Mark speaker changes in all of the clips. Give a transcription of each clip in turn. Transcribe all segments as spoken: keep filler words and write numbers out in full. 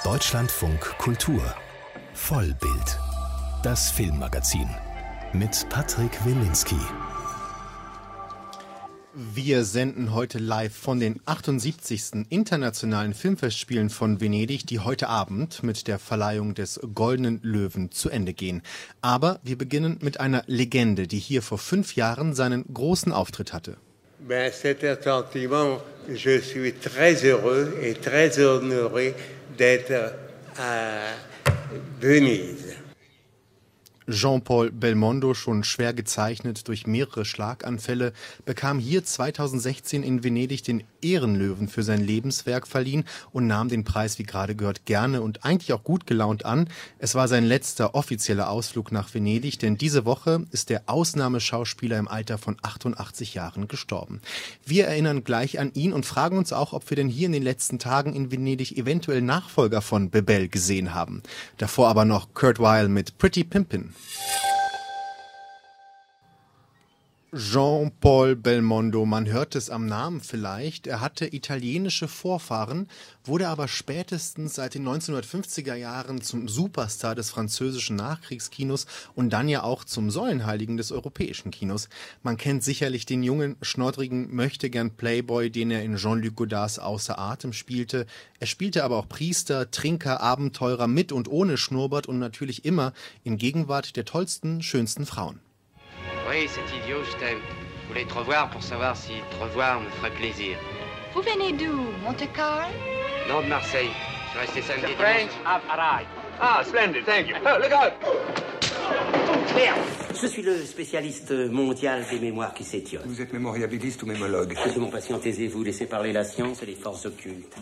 Speaker 1: Deutschlandfunk Kultur Vollbild. Das Filmmagazin mit Patrick Wilinski.
Speaker 2: Wir senden heute live von den achtundsiebzigsten Internationalen Filmfestspielen von Venedig, die heute Abend mit der Verleihung des Goldenen Löwen zu Ende gehen. Aber wir beginnen mit einer Legende, die hier vor fünf Jahren seinen großen Auftritt hatte.
Speaker 3: Ben, c'est un sentiment. Je suis très heureux et très honoré d'être à Venise.
Speaker 2: Jean-Paul Belmondo, schon schwer gezeichnet durch mehrere Schlaganfälle, bekam hier zweitausendsechzehn in Venedig den Ehrenlöwen für sein Lebenswerk verliehen und nahm den Preis, wie gerade gehört, gerne und eigentlich auch gut gelaunt an. Es war sein letzter offizieller Ausflug nach Venedig, denn diese Woche ist der Ausnahmeschauspieler im Alter von achtundachtzig Jahren gestorben. Wir erinnern gleich an ihn und fragen uns auch, ob wir denn hier in den letzten Tagen in Venedig eventuell Nachfolger von Bebel gesehen haben. Davor aber noch Kurt Weill mit Pretty Pimpin'. Jean-Paul Belmondo, man hört es am Namen vielleicht. Er hatte italienische Vorfahren, wurde aber spätestens seit den neunzehnhundertfünfziger Jahren zum Superstar des französischen Nachkriegskinos und dann ja auch zum Säulenheiligen des europäischen Kinos. Man kennt sicherlich den jungen, schnoddrigen Möchtegern-Playboy, den er in Jean-Luc Godards Außer Atem spielte. Er spielte aber auch Priester, Trinker, Abenteurer mit und ohne Schnurrbart und natürlich immer in Gegenwart der tollsten, schönsten Frauen.
Speaker 4: Oui, c'est idiot, je t'aime. Je voulais te revoir pour savoir si te revoir me ferait plaisir.
Speaker 5: Vous venez d'où, Monte-Carlo?
Speaker 4: Non, de Marseille. Je suis resté samedi.
Speaker 6: The French have arrived. Ah, splendid, thank you. Oh, look out!
Speaker 7: Oh, merde! Je suis le spécialiste mondial des mémoires qui s'étiolent.
Speaker 6: Vous êtes mémoriabiliste ou mémologue?
Speaker 7: Monsieur mon patient, taisez-vous, laissez parler la science et les forces occultes.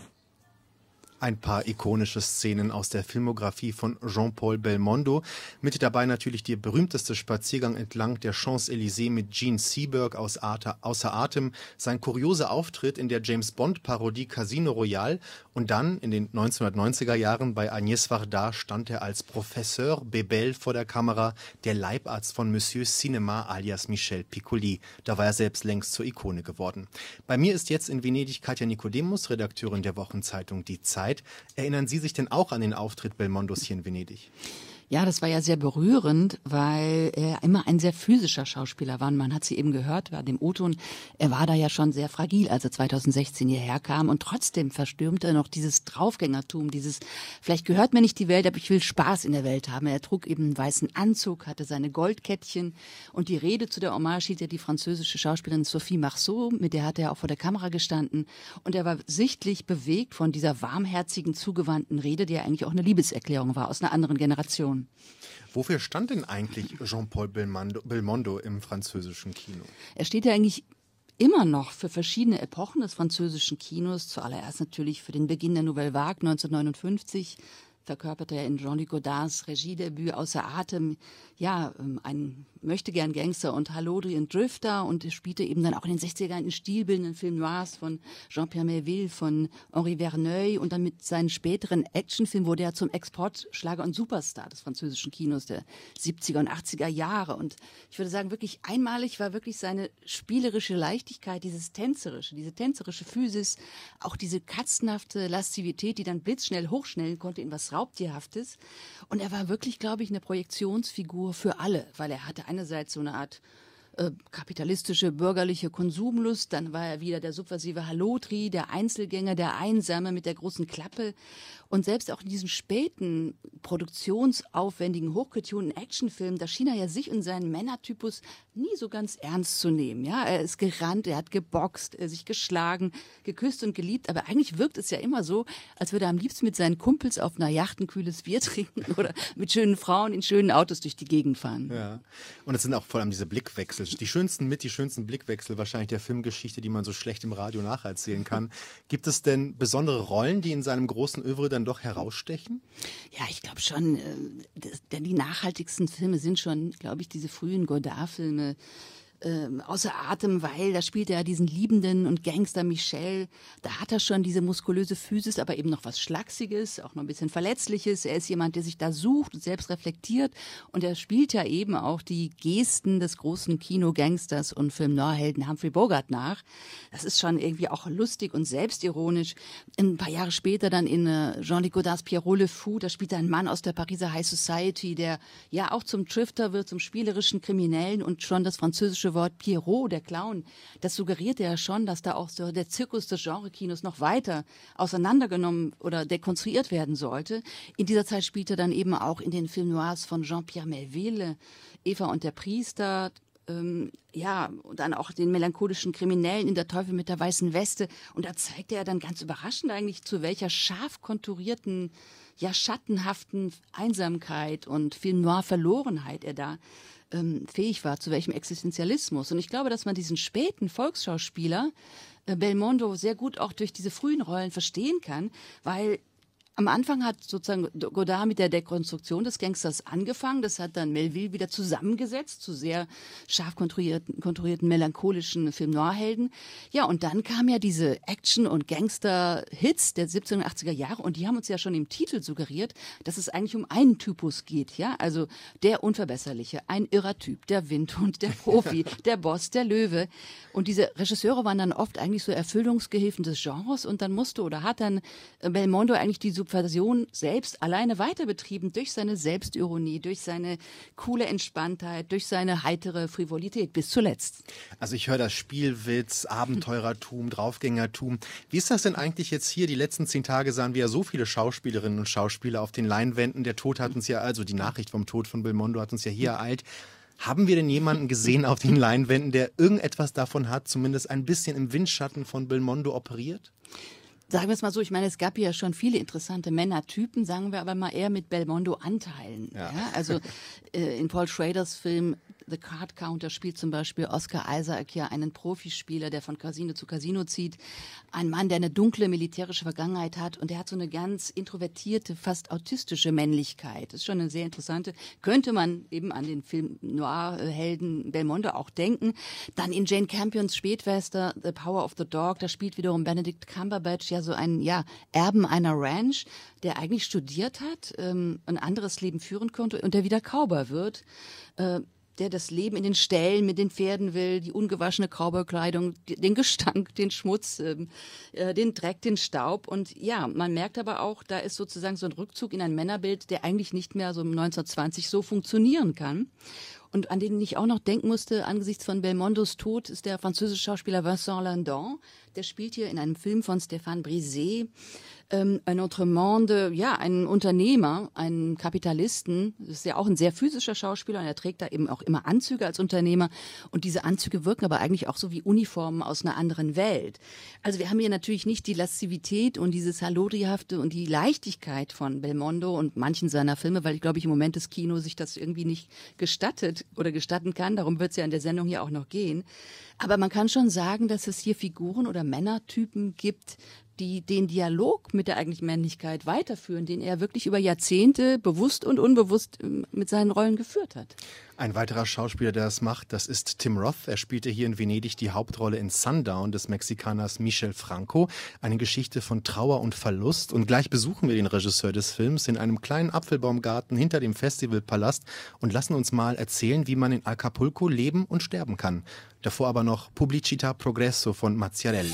Speaker 2: Ein paar ikonische Szenen aus der Filmografie von Jean-Paul Belmondo. Mit dabei natürlich der berühmteste Spaziergang entlang der Champs-Élysées mit Gene Seberg aus Außer Atem, sein kurioser Auftritt in der James-Bond-Parodie Casino Royale und dann in den neunzehnhundertneunziger Jahren bei Agnès Varda stand er als Professeur Bebel vor der Kamera, der Leibarzt von Monsieur Cinema alias Michel Piccoli. Da war er selbst längst zur Ikone geworden. Bei mir ist jetzt in Venedig Katja Nikodemus, Redakteurin der Wochenzeitung Die Zeit. Erinnern Sie sich denn auch an den Auftritt Belmondos hier in Venedig?
Speaker 8: Ja, das war ja sehr berührend, weil er immer ein sehr physischer Schauspieler war. Und man hat sie eben gehört bei dem O-Ton. Er war da ja schon sehr fragil, als er zweitausendsechzehn hierher kam. Und trotzdem verstürmte er noch dieses Draufgängertum, dieses, vielleicht gehört mir nicht die Welt, aber ich will Spaß in der Welt haben. Er trug eben einen weißen Anzug, hatte seine Goldkettchen. Und die Rede zu der Hommage hielt ja die französische Schauspielerin Sophie Marceau, mit der hat er auch vor der Kamera gestanden. Und er war sichtlich bewegt von dieser warmherzigen, zugewandten Rede, die ja eigentlich auch eine Liebeserklärung war aus einer anderen Generation.
Speaker 2: Wofür stand denn eigentlich Jean-Paul Belmondo, Belmondo im französischen Kino?
Speaker 8: Er steht ja eigentlich immer noch für verschiedene Epochen des französischen Kinos. Zuallererst natürlich für den Beginn der Nouvelle Vague neunzehnhundertneunundfünfzig. Verkörperte er in Jean-Luc Godards Regiedebüt Außer Atem, ja, ein möchtegern Gangster und Hallodrien Drifter und er spielte eben dann auch in den sechziger Jahren in stilbildenden Film Noirs von Jean-Pierre Melville, von Henri Verneuil und dann mit seinen späteren Actionfilmen wurde er zum Exportschlager und Superstar des französischen Kinos der siebziger und achtziger Jahre und ich würde sagen, wirklich einmalig war wirklich seine spielerische Leichtigkeit, dieses tänzerische, diese tänzerische Physis, auch diese katzenhafte Lastivität, die dann blitzschnell hochschnellen konnte in was Raubtierhaftes und er war wirklich, glaube ich, eine Projektionsfigur für alle, weil er hatte einerseits so eine Art äh, kapitalistische, bürgerliche Konsumlust, dann war er wieder der subversive Hallodri, der Einzelgänger, der Einsame mit der großen Klappe und selbst auch in diesem späten, produktionsaufwendigen, hochgetunten Actionfilm, da schien er ja sich und seinen Männertypus nie so ganz ernst zu nehmen. Ja, er ist gerannt, er hat geboxt, er sich geschlagen, geküsst und geliebt, aber eigentlich wirkt es ja immer so, als würde er am liebsten mit seinen Kumpels auf einer Yacht ein kühles Bier trinken oder mit schönen Frauen in schönen Autos durch die Gegend fahren.
Speaker 2: Ja. Und es sind auch vor allem diese Blickwechsel, die schönsten mit, die schönsten Blickwechsel wahrscheinlich der Filmgeschichte, die man so schlecht im Radio nacherzählen kann. Gibt es denn besondere Rollen, die in seinem großen Œuvre dann doch herausstechen?
Speaker 8: Ja, ich glaube schon, äh, das, denn die nachhaltigsten Filme sind schon, glaube ich, diese frühen Godard-Filme, äh, außer Atem, weil da spielt er diesen liebenden und Gangster Michel. Da hat er schon diese muskulöse Physis, aber eben noch was Schlachsiges, auch noch ein bisschen Verletzliches. Er ist jemand, der sich da sucht und selbst reflektiert. Und er spielt ja eben auch die Gesten des großen Kino-Gangsters und Film-Noir-Helden Humphrey Bogart nach. Das ist schon irgendwie auch lustig und selbstironisch. Ein paar Jahre später dann in äh, Jean-Luc Godards Pierrot Le Fou, da spielt er einen Mann aus der Pariser High Society, der ja auch zum Drifter wird, zum spielerischen Kriminellen, und schon das französische Wort Pierrot, der Clown, das suggeriert ja schon, dass da auch so der Zirkus des Genre-Kinos noch weiter auseinandergenommen oder dekonstruiert werden sollte. In dieser Zeit spielt er dann eben auch in den Film Noirs von Jean-Pierre Melville, Eva und der Priester, ähm, ja, und dann auch den melancholischen Kriminellen in Der Teufel mit der weißen Weste. Und da zeigt er dann ganz überraschend eigentlich, zu welcher scharf konturierten, ja, schattenhaften Einsamkeit und Film Noir Verlorenheit er da ähm, fähig war, zu welchem Existenzialismus. Und ich glaube, dass man diesen späten Volksschauspieler äh, Belmondo sehr gut auch durch diese frühen Rollen verstehen kann, weil am Anfang hat sozusagen Godard mit der Dekonstruktion des Gangsters angefangen. Das hat dann Melville wieder zusammengesetzt zu sehr scharf konturierten, konturierten melancholischen Film-Noir-Helden. Ja, und dann kamen ja diese Action- und Gangster-Hits der siebziger und achtziger Jahre, und die haben uns ja schon im Titel suggeriert, dass es eigentlich um einen Typus geht. Ja, also der Unverbesserliche, ein irrer Typ, der Windhund, der Profi, der Boss, der Löwe. Und diese Regisseure waren dann oft eigentlich so Erfüllungsgehilfen des Genres, und dann musste oder hat dann Belmondo eigentlich die Subversion selbst alleine weiter betrieben durch seine Selbstironie, durch seine coole Entspanntheit, durch seine heitere Frivolität bis zuletzt.
Speaker 2: Also ich höre das Spielwitz, Abenteurertum, Draufgängertum. Wie ist das denn eigentlich jetzt hier? Die letzten zehn Tage sahen wir ja so viele Schauspielerinnen und Schauspieler auf den Leinwänden. Der Tod hat uns ja, also die Nachricht vom Tod von Belmondo hat uns ja hier ereilt. Haben wir denn jemanden gesehen auf den Leinwänden, der irgendetwas davon hat, zumindest ein bisschen im Windschatten von Belmondo operiert?
Speaker 8: Sagen wir es mal so, ich meine, es gab ja schon viele interessante Männertypen, sagen wir aber mal eher mit Belmondo-Anteilen. Ja. Ja, also äh, in Paul Schraders Film The Card Counter spielt zum Beispiel Oscar Isaac ja einen Profispieler, der von Casino zu Casino zieht. Ein Mann, der eine dunkle militärische Vergangenheit hat, und der hat so eine ganz introvertierte, fast autistische Männlichkeit. Das ist schon eine sehr interessante, könnte man eben an den Film Noir-Helden Belmondo auch denken. Dann in Jane Campions Spätwester The Power of the Dog, da spielt wiederum Benedict Cumberbatch ja so einen ja, Erben einer Ranch, der eigentlich studiert hat, ähm, ein anderes Leben führen konnte und der wieder Cowboy wird. Äh, der das Leben in den Ställen mit den Pferden will, die ungewaschene Cowboy-Kleidung, den Gestank, den Schmutz, äh, den Dreck, den Staub. Und ja, man merkt aber auch, da ist sozusagen so ein Rückzug in ein Männerbild, der eigentlich nicht mehr so neunzehnhundertzwanzig so funktionieren kann. Und an den ich auch noch denken musste, angesichts von Belmondos Tod, ist der französische Schauspieler Vincent Lindon. Der spielt hier in einem Film von Stéphane Brisé ähm, ein autre monde, ja, einen Unternehmer, einen Kapitalisten. Das ist ja auch ein sehr physischer Schauspieler, und er trägt da eben auch immer Anzüge als Unternehmer. Und diese Anzüge wirken aber eigentlich auch so wie Uniformen aus einer anderen Welt. Also wir haben hier natürlich nicht die Lascivität und dieses Hallodrihafte und die Leichtigkeit von Belmondo und manchen seiner Filme, weil ich glaube, ich im Moment das Kino sich das irgendwie nicht gestattet oder gestatten kann. Darum wird es ja in der Sendung hier auch noch gehen. Aber man kann schon sagen, dass es hier Figuren oder Männertypen gibt, die den Dialog mit der eigentlichen Männlichkeit weiterführen, den er wirklich über Jahrzehnte bewusst und unbewusst mit seinen Rollen geführt hat.
Speaker 2: Ein weiterer Schauspieler, der das macht, das ist Tim Roth. Er spielte hier in Venedig die Hauptrolle in Sundown des Mexikaners Michel Franco. Eine Geschichte von Trauer und Verlust. Und gleich besuchen wir den Regisseur des Films in einem kleinen Apfelbaumgarten hinter dem Festivalpalast und lassen uns mal erzählen, wie man in Acapulco leben und sterben kann. Davor aber noch Pubblicità Progresso von Mazziarelli.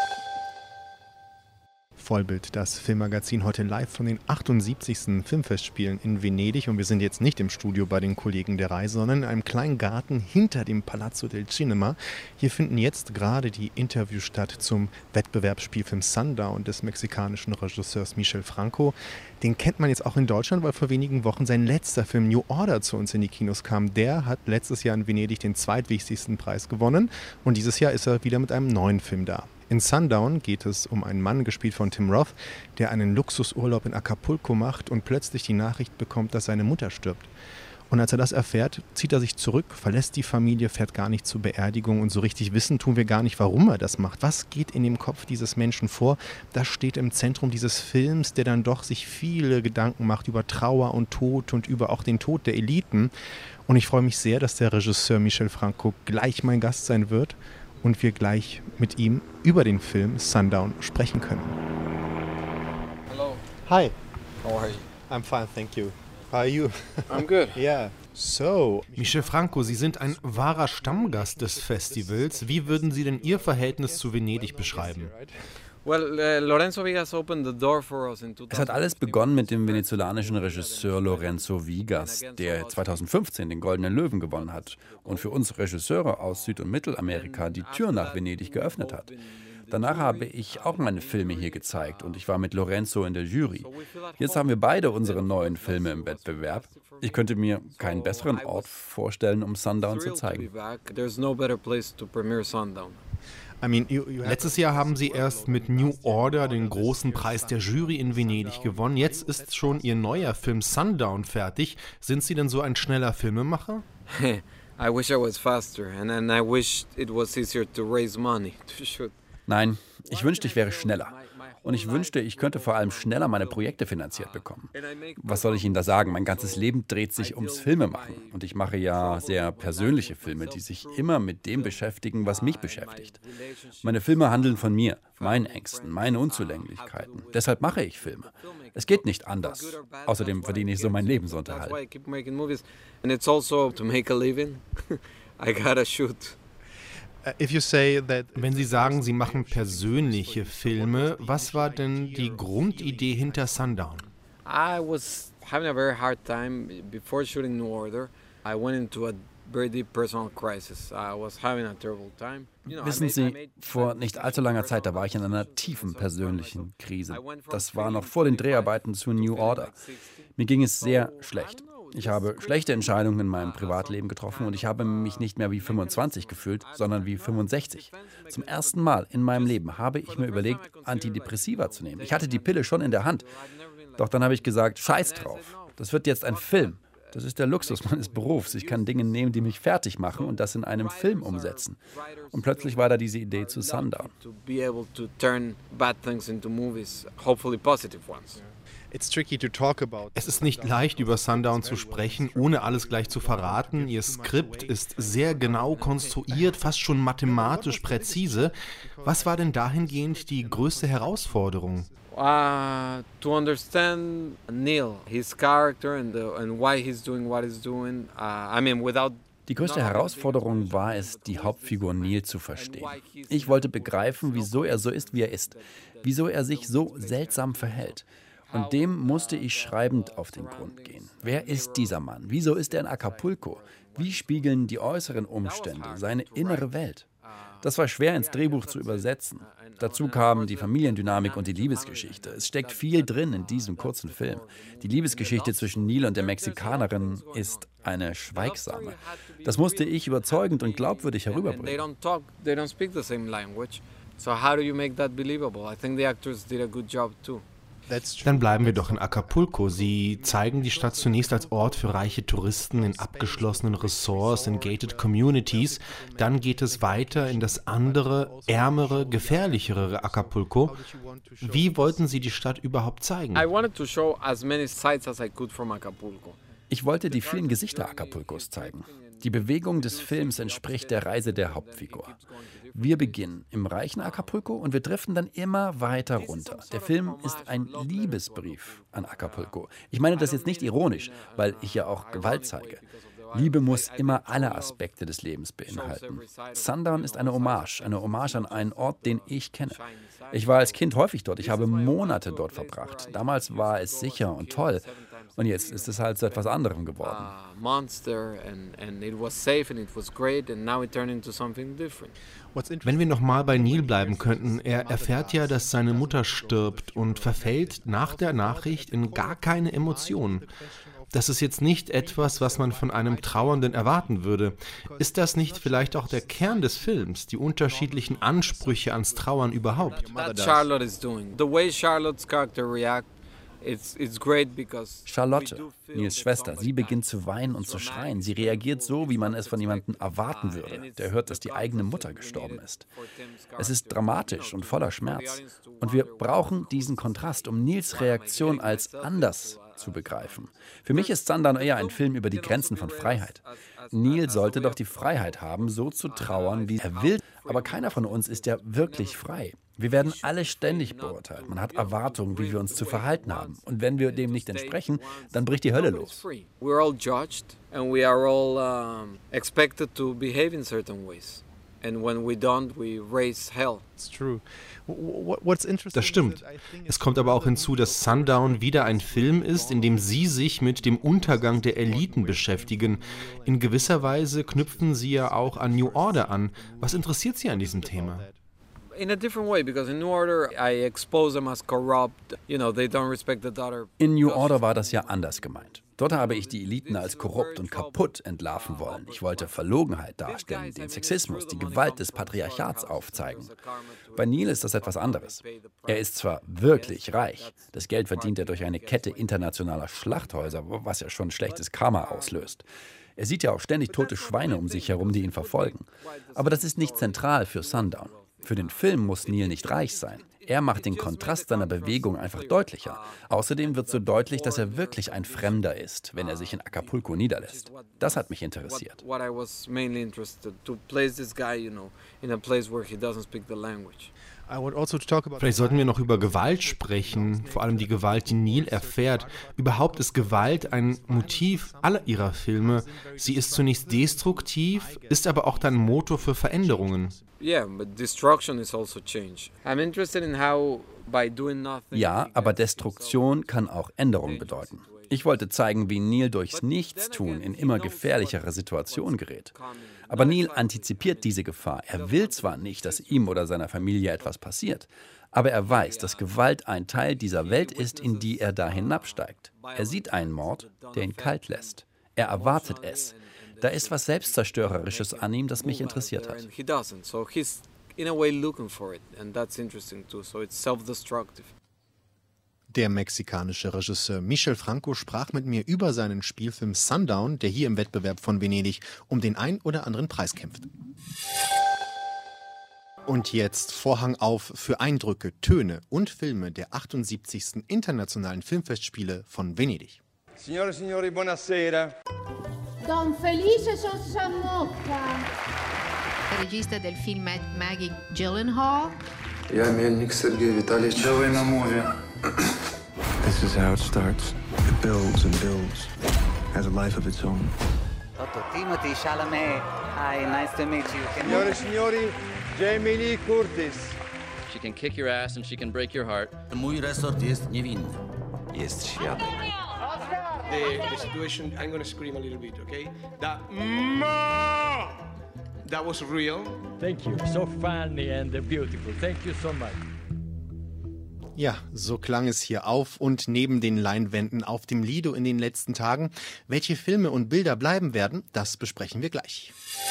Speaker 2: Vollbild, das Filmmagazin, heute live von den achtundsiebzigsten Filmfestspielen in Venedig. Und wir sind jetzt nicht im Studio bei den Kollegen der Reise, sondern in einem kleinen Garten hinter dem Palazzo del Cinema. Hier finden jetzt gerade die Interviews statt zum Wettbewerbsspielfilm Sundown des mexikanischen Regisseurs Michel Franco. Den kennt man jetzt auch in Deutschland, weil vor wenigen Wochen sein letzter Film New Order zu uns in die Kinos kam. Der hat letztes Jahr in Venedig den zweitwichtigsten Preis gewonnen, und dieses Jahr ist er wieder mit einem neuen Film da. In Sundown geht es um einen Mann, gespielt von Tim Roth, der einen Luxusurlaub in Acapulco macht und plötzlich die Nachricht bekommt, dass seine Mutter stirbt. Und als er das erfährt, zieht er sich zurück, verlässt die Familie, fährt gar nicht zur Beerdigung und so richtig wissen tun wir gar nicht, warum er das macht. Was geht in dem Kopf dieses Menschen vor? Das steht im Zentrum dieses Films, der dann doch sich viele Gedanken macht über Trauer und Tod und über auch den Tod der Eliten. Und ich freue mich sehr, dass der Regisseur Michel Franco gleich mein Gast sein wird und wir gleich mit ihm über den Film Sundown sprechen können.
Speaker 9: Hello.
Speaker 2: Hi.
Speaker 9: How are you?
Speaker 2: I'm fine, thank you. How are you?
Speaker 9: I'm good.
Speaker 2: Yeah. So, Michel Franco, Sie sind ein wahrer Stammgast des Festivals. Wie würden Sie denn Ihr Verhältnis zu Venedig beschreiben?
Speaker 10: Es hat alles begonnen mit dem venezolanischen Regisseur Lorenzo Vigas, der zweitausendfünfzehn den Goldenen Löwen gewonnen hat und für uns Regisseure aus Süd- und Mittelamerika die Tür nach Venedig geöffnet hat. Danach habe ich auch meine Filme hier gezeigt und ich war mit Lorenzo in der Jury. Jetzt haben wir beide unsere neuen Filme im Wettbewerb. Ich könnte mir keinen besseren Ort vorstellen, um Sundown zu zeigen.
Speaker 2: Letztes Jahr haben Sie erst mit New Order den großen Preis der Jury in Venedig gewonnen. Jetzt ist schon Ihr neuer Film Sundown fertig. Sind Sie denn so ein schneller Filmemacher?
Speaker 9: I wish I was faster and then I wish it was easier to raise money to shoot.
Speaker 10: Nein, ich wünschte, ich wäre schneller. Und ich wünschte, ich könnte vor allem schneller meine Projekte finanziert bekommen. Was soll ich Ihnen da sagen? Mein ganzes Leben dreht sich ums Filmemachen. Und ich mache ja sehr persönliche Filme, die sich immer mit dem beschäftigen, was mich beschäftigt. Meine Filme handeln von mir, meinen Ängsten, meinen Unzulänglichkeiten. Deshalb mache ich Filme. Es geht nicht anders. Außerdem verdiene ich so meinen Lebensunterhalt.
Speaker 2: Wenn Sie sagen, Sie machen persönliche Filme, was war denn die Grundidee hinter Sundown?
Speaker 9: I was having a very hard time before shooting New Order. I went into a very deep personal crisis. I was having a terrible time.
Speaker 10: Wissen Sie, vor nicht allzu langer Zeit, da war ich in einer tiefen persönlichen Krise. Das war noch vor den Dreharbeiten zu New Order. Mir ging es sehr schlecht. Ich habe schlechte Entscheidungen in meinem Privatleben getroffen und ich habe mich nicht mehr wie fünfundzwanzig gefühlt, sondern wie fünfundsechzig. Zum ersten Mal in meinem Leben habe ich mir überlegt, Antidepressiva zu nehmen. Ich hatte die Pille schon in der Hand. Doch dann habe ich gesagt, scheiß drauf. Das wird jetzt ein Film. Das ist der Luxus meines Berufs. Ich kann Dinge nehmen, die mich fertig machen und das in einem Film umsetzen. Und plötzlich war da diese Idee zu Sundown.
Speaker 2: Es ist nicht leicht, über Sundown zu sprechen, ohne alles gleich zu verraten. Ihr Skript ist sehr genau konstruiert, fast schon mathematisch präzise. Was war denn dahingehend die größte Herausforderung?
Speaker 9: Uh, to understand Neil, his character and, the, and why he's doing what he's doing. Uh, I mean, without
Speaker 10: Die größte Herausforderung war es, die Hauptfigur Neil zu verstehen. Ich wollte begreifen, wieso er so ist, wie er ist, wieso er sich so seltsam verhält. Und dem musste ich schreibend auf den Grund gehen. Wer ist dieser Mann? Wieso ist er in Acapulco? Wie spiegeln die äußeren Umstände seine innere Welt? Das war schwer ins Drehbuch zu übersetzen. Dazu kamen die Familiendynamik und die Liebesgeschichte. Es steckt viel drin in diesem kurzen Film. Die Liebesgeschichte zwischen Neil und der Mexikanerin ist eine schweigsame. Das musste ich überzeugend und glaubwürdig herüberbringen.
Speaker 2: Dann bleiben wir doch in Acapulco. Sie zeigen die Stadt zunächst als Ort für reiche Touristen in abgeschlossenen Ressorts, in gated communities. Dann geht es weiter in das andere, ärmere, gefährlichere Acapulco. Wie wollten Sie die Stadt überhaupt zeigen?
Speaker 10: Ich wollte die vielen Gesichter Acapulcos zeigen. Die Bewegung des Films entspricht der Reise der Hauptfigur. Wir beginnen im reichen Acapulco und wir driften dann immer weiter runter. Der Film ist ein Liebesbrief an Acapulco. Ich meine das jetzt nicht ironisch, weil ich ja auch Gewalt zeige. Liebe muss immer alle Aspekte des Lebens beinhalten. Sundown ist eine Hommage, eine Hommage an einen Ort, den ich kenne. Ich war als Kind häufig dort, ich habe Monate dort verbracht. Damals war es sicher und toll. Und jetzt ist es halt zu etwas anderem geworden.
Speaker 2: Wenn wir nochmal bei Neil bleiben könnten, er erfährt ja, dass seine Mutter stirbt und verfällt nach der Nachricht in gar keine Emotionen. Das ist jetzt nicht etwas, was man von einem Trauernden erwarten würde. Ist das nicht vielleicht auch der Kern des Films, die unterschiedlichen Ansprüche ans Trauern überhaupt?
Speaker 9: That Charlotte is doing. The way Charlotte's character reacts It's, it's great because
Speaker 10: Charlotte, Nils Schwester, sie beginnt zu weinen und zu schreien. Sie reagiert so, wie man es von jemandem erwarten würde, der hört, dass die eigene Mutter gestorben ist. Es ist dramatisch und voller Schmerz. Und wir brauchen diesen Kontrast, um Nils Reaktion als anders zu begreifen. Für mich ist Sundown eher ein Film über die Grenzen von Freiheit. Neil sollte doch die Freiheit haben, so zu trauern, wie er will. Aber keiner von uns ist ja wirklich frei. Wir werden alle ständig beurteilt. Man hat Erwartungen, wie wir uns zu verhalten haben. Und wenn wir dem nicht entsprechen, dann bricht die Hölle los.
Speaker 9: We're all judged and we are all um, expected to behave in certain ways. And when we don't, we raise hell.
Speaker 2: It's true. Das stimmt. Es kommt aber auch hinzu, dass Sundown wieder ein Film ist, in dem Sie sich mit dem Untergang der Eliten beschäftigen. In gewisser Weise knüpfen Sie ja auch an New Order an. Was interessiert Sie an diesem Thema?
Speaker 9: In a different way, because in New Order I expose them as corrupt. You know, they don't respect the daughter.
Speaker 10: In New Order war das ja anders gemeint. Dort habe ich die Eliten als korrupt und kaputt entlarven wollen. Ich wollte Verlogenheit darstellen, den Sexismus, die Gewalt des Patriarchats aufzeigen. Bei Neil ist das etwas anderes. Er ist zwar wirklich reich, das Geld verdient er durch eine Kette internationaler Schlachthäuser, was ja schon schlechtes Karma auslöst. Er sieht ja auch ständig tote Schweine um sich herum, die ihn verfolgen. Aber das ist nicht zentral für Sundown. Für den Film muss Neil nicht reich sein. Er macht den Kontrast seiner Bewegung einfach deutlicher. Außerdem wird so deutlich, dass er wirklich ein Fremder ist, wenn er sich in Acapulco niederlässt. Das hat mich interessiert.
Speaker 2: Vielleicht sollten wir noch über Gewalt sprechen, vor allem die Gewalt, die Neil erfährt. Überhaupt ist Gewalt ein Motiv aller ihrer Filme. Sie ist zunächst destruktiv, ist aber auch dann Motor für Veränderungen.
Speaker 9: Ja,
Speaker 10: aber Destruktion kann auch Änderung bedeuten. Ich wollte zeigen, wie Neil durchs Nichtstun in immer gefährlichere Situationen gerät. Aber Neil antizipiert diese Gefahr. Er will zwar nicht, dass ihm oder seiner Familie etwas passiert, aber er weiß, dass Gewalt ein Teil dieser Welt ist, in die er da hinabsteigt. Er sieht einen Mord, der ihn kalt lässt. Er erwartet es. Da ist was Selbstzerstörerisches an ihm, das mich interessiert hat.
Speaker 2: Der mexikanische Regisseur Michel Franco sprach mit mir über seinen Spielfilm Sundown, der hier im Wettbewerb von Venedig um den ein oder anderen Preis kämpft. Und jetzt Vorhang auf für Eindrücke, Töne und Filme der achtundsiebzigsten Internationalen Filmfestspiele von Venedig.
Speaker 11: Signore e signori, buonasera.
Speaker 12: Don Felice Sossamocca.
Speaker 5: Regista del film Maggie Gyllenhaal.
Speaker 13: Я мельник Сергей Витальевич. Давай на movie. This is how it starts. It builds and builds. Has a life of its own.
Speaker 14: Doctor Timothy Chalamet. Hi, nice to meet you.
Speaker 11: Signore e signori, Jamie Lee Curtis.
Speaker 15: She can kick your ass and she can break your heart.
Speaker 16: Mój resort jest niewinny.
Speaker 13: Jest świadek.
Speaker 17: The, the situation, I'm going to scream a little bit, okay? That, Ma! That was real.
Speaker 18: Thank you. So funny and beautiful. Thank you so much.
Speaker 2: Ja, so klang es hier auf und neben den Leinwänden auf dem Lido in den letzten Tagen. Welche Filme und Bilder bleiben werden, das besprechen wir gleich.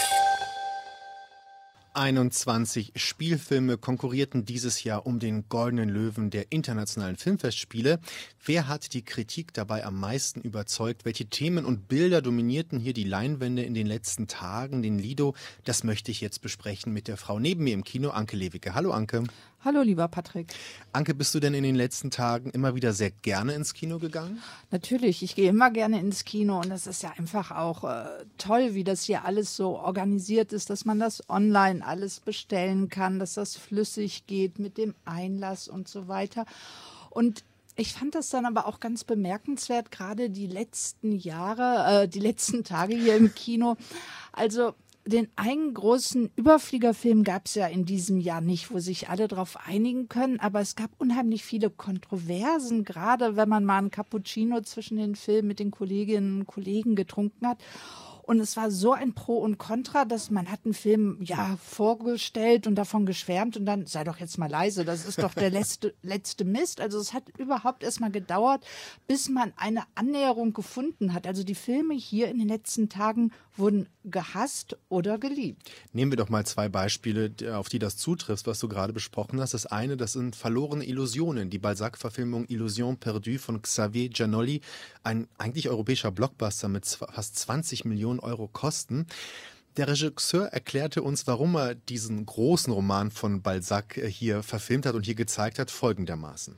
Speaker 2: einundzwanzig Spielfilme konkurrierten dieses Jahr um den Goldenen Löwen der Internationalen Filmfestspiele. Wer hat die Kritik dabei am meisten überzeugt? Welche Themen und Bilder dominierten hier die Leinwände in den letzten Tagen, den Lido? Das möchte ich jetzt besprechen mit der Frau neben mir im Kino, Anke Lewicke. Hallo Anke.
Speaker 19: Hallo lieber Patrick.
Speaker 2: Anke, bist du denn in den letzten Tagen immer wieder sehr gerne ins Kino gegangen?
Speaker 19: Natürlich, ich gehe immer gerne ins Kino und das ist ja einfach auch äh, toll, wie das hier alles so organisiert ist, dass man das online alles bestellen kann, dass das flüssig geht mit dem Einlass und so weiter. Und ich fand das dann aber auch ganz bemerkenswert, gerade die letzten Jahre, äh, die letzten Tage hier im Kino. Also den einen großen Überfliegerfilm gab es ja in diesem Jahr nicht, wo sich alle darauf einigen können, aber es gab unheimlich viele Kontroversen, gerade wenn man mal einen Cappuccino zwischen den Filmen mit den Kolleginnen und Kollegen getrunken hat. Und es war so ein Pro und Contra, dass man hat einen Film ja vorgestellt und davon geschwärmt und dann, sei doch jetzt mal leise, das ist doch der letzte, letzte Mist. Also es hat überhaupt erst mal gedauert, bis man eine Annäherung gefunden hat. Also die Filme hier in den letzten Tagen wurden gehasst oder geliebt.
Speaker 2: Nehmen wir doch mal zwei Beispiele, auf die das zutrifft, was du gerade besprochen hast. Das eine, das sind Verlorene Illusionen, die Balzac-Verfilmung Illusion perdue von Xavier Giannoli, ein eigentlich europäischer Blockbuster mit fast zwanzig Millionen Euro Kosten. Der Regisseur erklärte uns, warum er diesen großen Roman von Balzac hier verfilmt hat und hier gezeigt hat, folgendermaßen.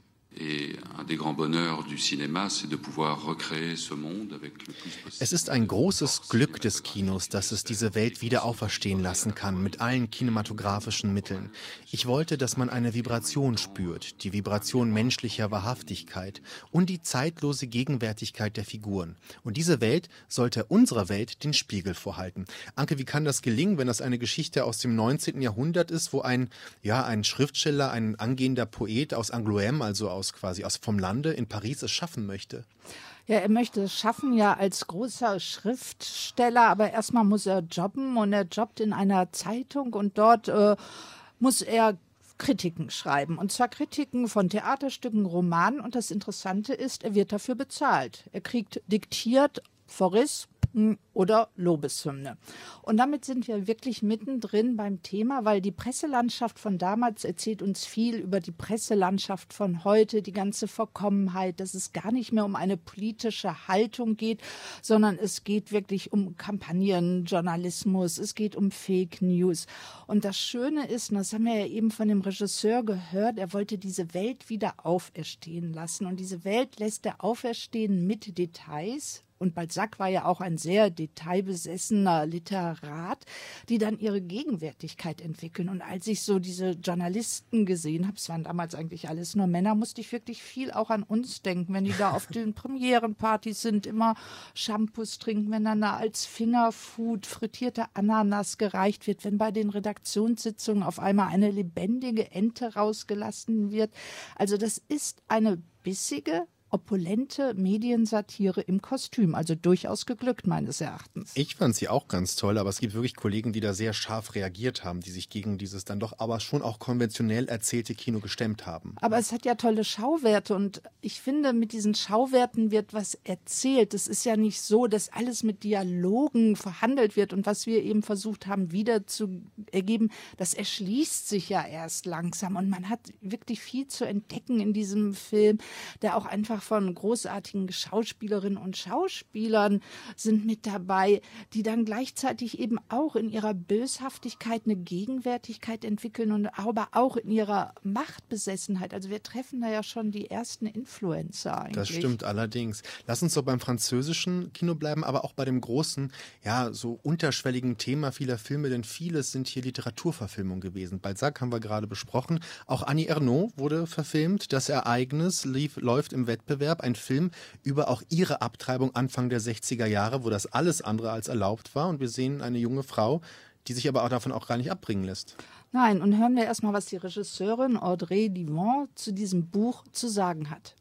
Speaker 2: Es ist ein großes Glück des Kinos, dass es diese Welt wieder auferstehen lassen kann, mit allen kinematografischen Mitteln. Ich wollte, dass man eine Vibration spürt, die Vibration menschlicher Wahrhaftigkeit und die zeitlose Gegenwärtigkeit der Figuren. Und diese Welt sollte unserer Welt den Spiegel vorhalten. Anke, wie kann das gelingen, wenn das eine Geschichte aus dem neunzehnten Jahrhundert ist, wo ein, ja, ein Schriftsteller, ein angehender Poet aus Angoulême, also aus quasi aus vom Lande in Paris es schaffen möchte?
Speaker 19: Ja, er möchte es schaffen, ja, als großer Schriftsteller, aber erstmal muss er jobben und er jobbt in einer Zeitung und dort äh, muss er Kritiken schreiben. Und zwar Kritiken von Theaterstücken, Romanen und das Interessante ist, er wird dafür bezahlt. Er kriegt diktiert Verriss oder Lobeshymne. Und damit sind wir wirklich mittendrin beim Thema, weil die Presselandschaft von damals erzählt uns viel über die Presselandschaft von heute, die ganze Verkommenheit, dass es gar nicht mehr um eine politische Haltung geht, sondern es geht wirklich um Kampagnenjournalismus, es geht um Fake News. Und das Schöne ist, und das haben wir ja eben von dem Regisseur gehört, er wollte diese Welt wieder auferstehen lassen. Und diese Welt lässt er auferstehen mit Details. Und Balzac war ja auch ein sehr detailbesessener Literat, die dann ihre Gegenwärtigkeit entwickeln. Und als ich so diese Journalisten gesehen habe, es waren damals eigentlich alles nur Männer, musste ich wirklich viel auch an uns denken, wenn die da auf den Premierenpartys sind, immer Shampoos trinken, wenn dann da als Fingerfood frittierte Ananas gereicht wird, wenn bei den Redaktionssitzungen auf einmal eine lebendige Ente rausgelassen wird. Also das ist eine bissige, opulente Mediensatire im Kostüm, also durchaus geglückt meines Erachtens.
Speaker 2: Ich fand sie auch ganz toll, aber es gibt wirklich Kollegen, die da sehr scharf reagiert haben, die sich gegen dieses dann doch aber schon auch konventionell erzählte Kino gestemmt haben.
Speaker 19: Aber es hat ja tolle Schauwerte und ich finde, mit diesen Schauwerten wird was erzählt. Es ist ja nicht so, dass alles mit Dialogen verhandelt wird und was wir eben versucht haben wieder zu ergeben, das erschließt sich ja erst langsam und man hat wirklich viel zu entdecken in diesem Film, der auch einfach von großartigen Schauspielerinnen und Schauspielern sind mit dabei, die dann gleichzeitig eben auch in ihrer Böshaftigkeit eine Gegenwärtigkeit entwickeln und aber auch in ihrer Machtbesessenheit. Also wir treffen da ja schon die ersten Influencer eigentlich.
Speaker 2: Das stimmt allerdings. Lass uns doch beim französischen Kino bleiben, aber auch bei dem großen, ja, so unterschwelligen Thema vieler Filme, denn vieles sind hier Literaturverfilmungen gewesen. Balzac haben wir gerade besprochen. Auch Annie Ernaux wurde verfilmt. Das Ereignis lief, läuft im Wettbewerb. Ein Film über auch ihre Abtreibung Anfang der sechziger Jahre, wo das alles andere als erlaubt war. Und wir sehen eine junge Frau, die sich aber auch davon auch gar nicht abbringen lässt.
Speaker 19: Nein, und hören wir erstmal, was die Regisseurin Audrey Diwan zu diesem Buch zu sagen hat.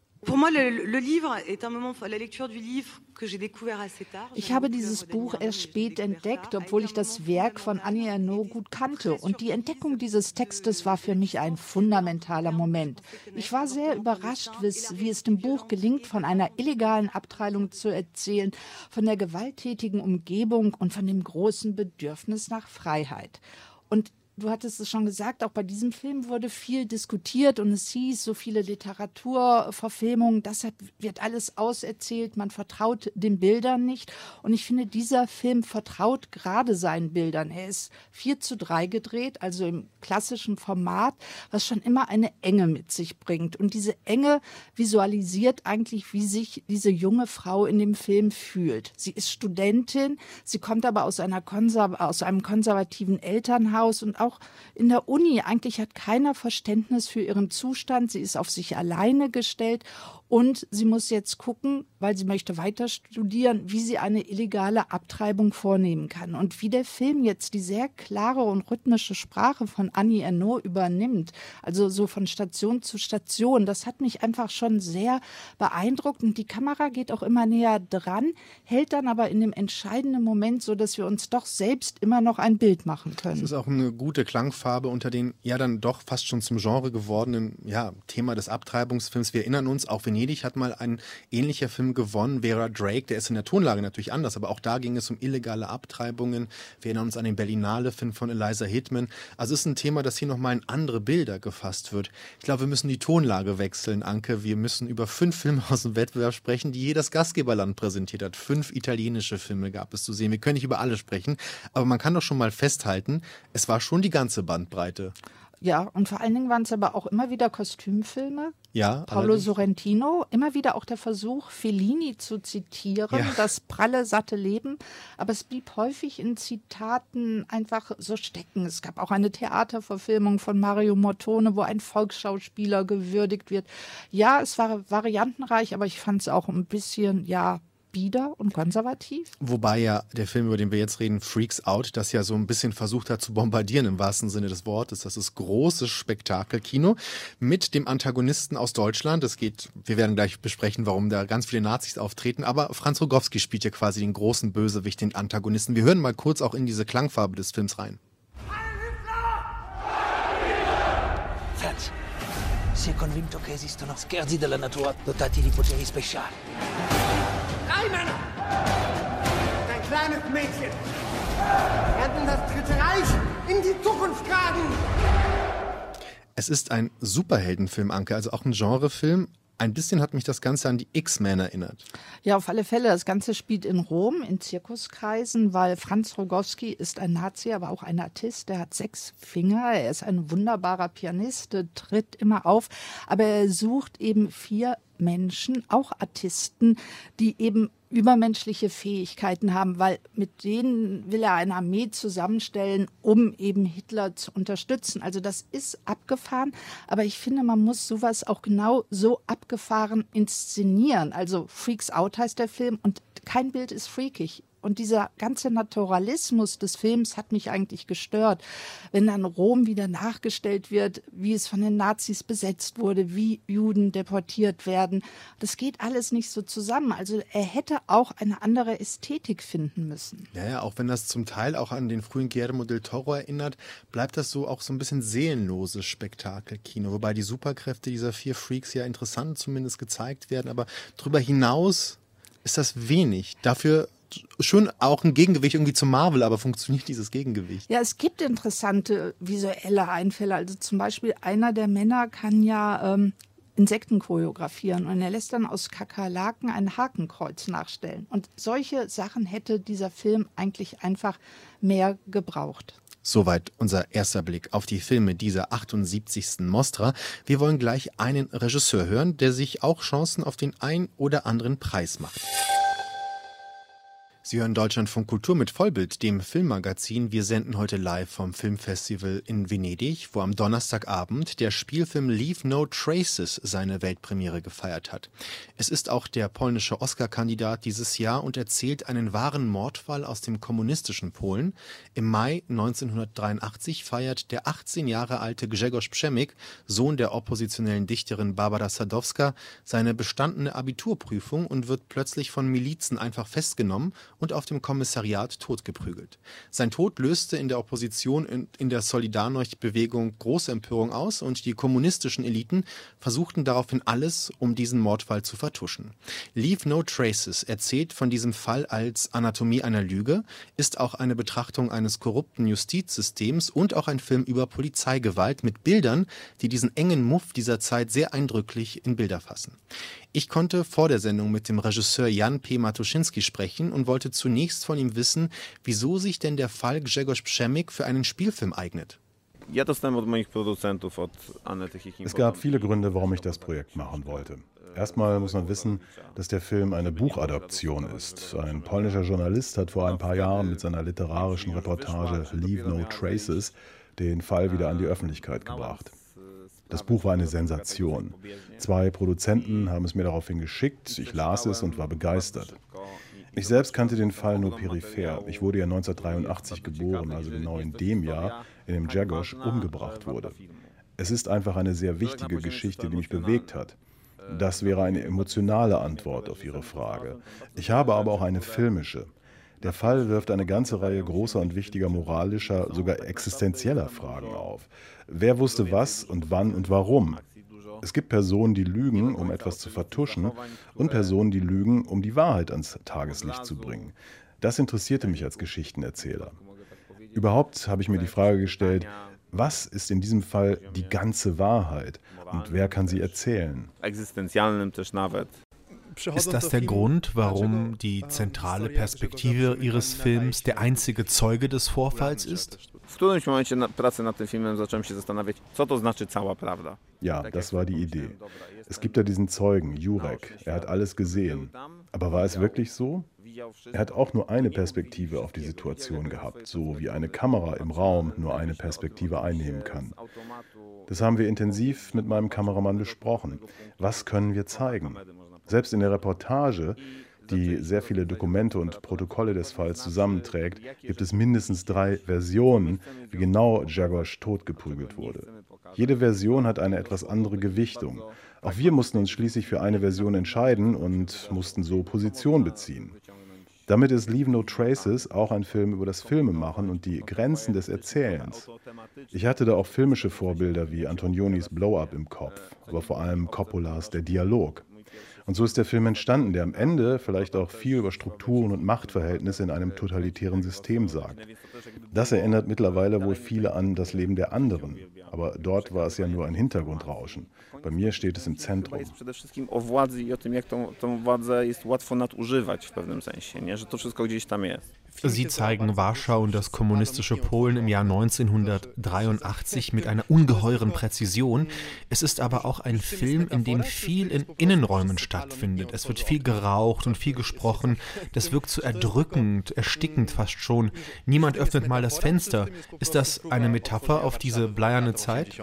Speaker 19: Ich habe dieses Buch erst spät entdeckt, obwohl ich das Werk von Annie Ernaux gut kannte. Und die Entdeckung dieses Textes war für mich ein fundamentaler Moment. Ich war sehr überrascht, wie es dem Buch gelingt, von einer illegalen Abtreibung zu erzählen, von der gewalttätigen Umgebung und von dem großen Bedürfnis nach Freiheit. Und du hattest es schon gesagt, auch bei diesem Film wurde viel diskutiert und es hieß, so viele Literaturverfilmungen, das hat, wird alles auserzählt, man vertraut den Bildern nicht. Und ich finde, dieser Film vertraut gerade seinen Bildern. Er ist vier zu drei gedreht, also im klassischen Format, was schon immer eine Enge mit sich bringt. Und diese Enge visualisiert eigentlich, wie sich diese junge Frau in dem Film fühlt. Sie ist Studentin, sie kommt aber aus, einer Konser- aus einem konservativen Elternhaus und auch in der Uni. Eigentlich hat keiner Verständnis für ihren Zustand. Sie ist auf sich alleine gestellt und sie muss jetzt gucken, weil sie möchte weiter studieren, wie sie eine illegale Abtreibung vornehmen kann. Und wie der Film jetzt die sehr klare und rhythmische Sprache von Annie Ernaux übernimmt, also so von Station zu Station, das hat mich einfach schon sehr beeindruckt. Und die Kamera geht auch immer näher dran, hält dann aber in dem entscheidenden Moment so, dass wir uns doch selbst immer noch ein Bild machen können.
Speaker 2: Das ist auch eine gute Klangfarbe unter den ja dann doch fast schon zum Genre gewordenen ja, Thema des Abtreibungsfilms. Wir erinnern uns, auch wenn Venedig hat mal ein ähnlicher Film gewonnen, Vera Drake, der ist in der Tonlage natürlich anders, aber auch da ging es um illegale Abtreibungen. Wir erinnern uns an den Berlinale-Film von Eliza Hittman. Also es ist ein Thema, das hier nochmal in andere Bilder gefasst wird. Ich glaube, wir müssen die Tonlage wechseln, Anke. Wir müssen über fünf Filme aus dem Wettbewerb sprechen, die hier das Gastgeberland präsentiert hat. Fünf italienische Filme gab es zu sehen. Wir können nicht über alle sprechen, aber man kann doch schon mal festhalten, es war schon die ganze Bandbreite.
Speaker 19: Ja, und vor allen Dingen waren es aber auch immer wieder Kostümfilme.
Speaker 2: Ja,
Speaker 19: Paolo
Speaker 2: allerdings.
Speaker 19: Sorrentino, immer wieder auch der Versuch, Fellini zu zitieren,
Speaker 2: Ja.
Speaker 19: das pralle, satte Leben. Aber es blieb häufig in Zitaten einfach so stecken. Es gab auch eine Theaterverfilmung von Mario Mortone, wo ein Volksschauspieler gewürdigt wird. Ja, es war variantenreich, aber ich fand es auch ein bisschen, ja, bieder und konservativ.
Speaker 2: Wobei ja der Film, über den wir jetzt reden, Freaks Out, das ja so ein bisschen versucht hat zu bombardieren im wahrsten Sinne des Wortes. Das ist großes Spektakelkino mit dem Antagonisten aus Deutschland. Es geht, wir werden gleich besprechen, warum da ganz viele Nazis auftreten, aber Franz Rogowski spielt ja quasi den großen Bösewicht, den Antagonisten. Wir hören mal kurz auch in diese Klangfarbe des Films rein.
Speaker 20: Franz, sei convinto che esistono scherzi della natura dotati di poteri speciali.
Speaker 21: Drei Männer! Und ein kleines Mädchen werden das Dritte Reich in die Zukunft tragen!
Speaker 2: Es ist ein Superheldenfilm, Anke, also auch ein Genrefilm. Ein bisschen hat mich das Ganze an die X-Men erinnert.
Speaker 19: Ja, auf alle Fälle. Das Ganze spielt in Rom, in Zirkuskreisen, weil Franz Rogowski ist ein Nazi, aber auch ein Artist. Der hat sechs Finger, er ist ein wunderbarer Pianist, der tritt immer auf. Aber er sucht eben vier Menschen, auch Artisten, die eben übermenschliche Fähigkeiten haben, weil mit denen will er eine Armee zusammenstellen, um eben Hitler zu unterstützen. Also das ist abgefahren, aber ich finde, man muss sowas auch genau so abgefahren inszenieren. Also Freaks Out heißt der Film und kein Bild ist freakig. Und dieser ganze Naturalismus des Films hat mich eigentlich gestört. Wenn dann Rom wieder nachgestellt wird, wie es von den Nazis besetzt wurde, wie Juden deportiert werden, das geht alles nicht so zusammen. Also er hätte auch eine andere Ästhetik finden müssen.
Speaker 2: Ja, ja, auch wenn das zum Teil auch an den frühen Guillermo del Toro erinnert, bleibt das so auch so ein bisschen seelenloses Spektakelkino. Wobei die Superkräfte dieser vier Freaks ja interessant zumindest gezeigt werden. Aber darüber hinaus ist das wenig. Dafür schon auch ein Gegengewicht irgendwie zu Marvel, aber funktioniert dieses Gegengewicht?
Speaker 19: Ja, es gibt interessante visuelle Einfälle. Also zum Beispiel einer der Männer kann ja ähm, Insekten choreografieren und er lässt dann aus Kakerlaken ein Hakenkreuz nachstellen. Und solche Sachen hätte dieser Film eigentlich einfach mehr gebraucht.
Speaker 2: Soweit unser erster Blick auf die Filme dieser achtundsiebzigsten Mostra. Wir wollen gleich einen Regisseur hören, der sich auch Chancen auf den ein oder anderen Preis macht. Sie hören Deutschlandfunk Kultur mit Vollbild, dem Filmmagazin. Wir senden heute live vom Filmfestival in Venedig, wo am Donnerstagabend der Spielfilm Leave No Traces seine Weltpremiere gefeiert hat. Es ist auch der polnische Oscar-Kandidat dieses Jahr und erzählt einen wahren Mordfall aus dem kommunistischen Polen. Im Mai neunzehnhundertdreiundachtzig feiert der achtzehn Jahre alte Grzegorz Przemyk, Sohn der oppositionellen Dichterin Barbara Sadowska, seine bestandene Abiturprüfung und wird plötzlich von Milizen einfach festgenommen und auf dem Kommissariat totgeprügelt. Sein Tod löste in der Opposition und in der Solidarność-Bewegung große Empörung aus und die kommunistischen Eliten versuchten daraufhin alles, um diesen Mordfall zu vertuschen. Leave No Traces erzählt von diesem Fall als Anatomie einer Lüge, ist auch eine Betrachtung eines korrupten Justizsystems und auch ein Film über Polizeigewalt mit Bildern, die diesen engen Muff dieser Zeit sehr eindrücklich in Bilder fassen. Ich konnte vor der Sendung mit dem Regisseur Jan P. Matuszynski sprechen und wollte zunächst von ihm wissen, wieso sich denn der Fall Grzegorz Przemyk für einen Spielfilm eignet.
Speaker 22: Es gab viele Gründe, warum ich das Projekt machen wollte. Erstmal muss man wissen, dass der Film eine Buchadaption ist. Ein polnischer Journalist hat vor ein paar Jahren mit seiner literarischen Reportage Leave No Traces den Fall wieder an die Öffentlichkeit gebracht. Das Buch war eine Sensation. Zwei Produzenten haben es mir daraufhin geschickt, ich las es und war begeistert. Ich selbst kannte den Fall nur peripher. Ich wurde ja neunzehnhundertdreiundachtzig geboren, also genau in dem Jahr, in dem Grzegorz umgebracht wurde. Es ist einfach eine sehr wichtige Geschichte, die mich bewegt hat. Das wäre eine emotionale Antwort auf Ihre Frage. Ich habe aber auch eine filmische. Der Fall wirft eine ganze Reihe großer und wichtiger moralischer, sogar existenzieller Fragen auf. Wer wusste was und wann und warum? Es gibt Personen, die lügen, um etwas zu vertuschen, und Personen, die lügen, um die Wahrheit ans Tageslicht zu bringen. Das interessierte mich als Geschichtenerzähler. Überhaupt habe ich mir die Frage gestellt, was ist in diesem Fall die ganze Wahrheit und wer kann sie erzählen?
Speaker 2: Ist das der Grund, warum die zentrale Perspektive Ihres Films der einzige Zeuge des Vorfalls ist?
Speaker 22: Ja, das war die Idee. Es gibt ja diesen Zeugen, Jurek. Er hat alles gesehen. Aber war es wirklich so? Er hat auch nur eine Perspektive auf die Situation gehabt, so wie eine Kamera im Raum nur eine Perspektive einnehmen kann. Das haben wir intensiv mit meinem Kameramann besprochen. Was können wir zeigen? Selbst in der Reportage, die sehr viele Dokumente und Protokolle des Falls zusammenträgt, gibt es mindestens drei Versionen, wie genau Grzegorz totgeprügelt wurde. Jede Version hat eine etwas andere Gewichtung. Auch wir mussten uns schließlich für eine Version entscheiden und mussten so Position beziehen. Damit ist Leave No Traces auch ein Film über das Filmemachen und die Grenzen des Erzählens. Ich hatte da auch filmische Vorbilder wie Antonionis Blow-Up im Kopf, aber vor allem Coppolas Der Dialog. Und so ist der Film entstanden, der am Ende vielleicht auch viel über Strukturen und Machtverhältnisse in einem totalitären System sagt. Das erinnert mittlerweile wohl viele an Das Leben der anderen, aber dort war es ja nur ein Hintergrundrauschen. Bei mir steht es im Zentrum.
Speaker 2: Sie zeigen Warschau und das kommunistische Polen im Jahr neunzehnhundertdreiundachtzig mit einer ungeheuren Präzision. Es ist aber auch ein Film, in dem viel in Innenräumen stattfindet. Es wird viel geraucht und viel gesprochen. Das wirkt so erdrückend, erstickend fast schon. Niemand öffnet mal das Fenster. Ist das eine Metapher auf diese bleierne Zeit?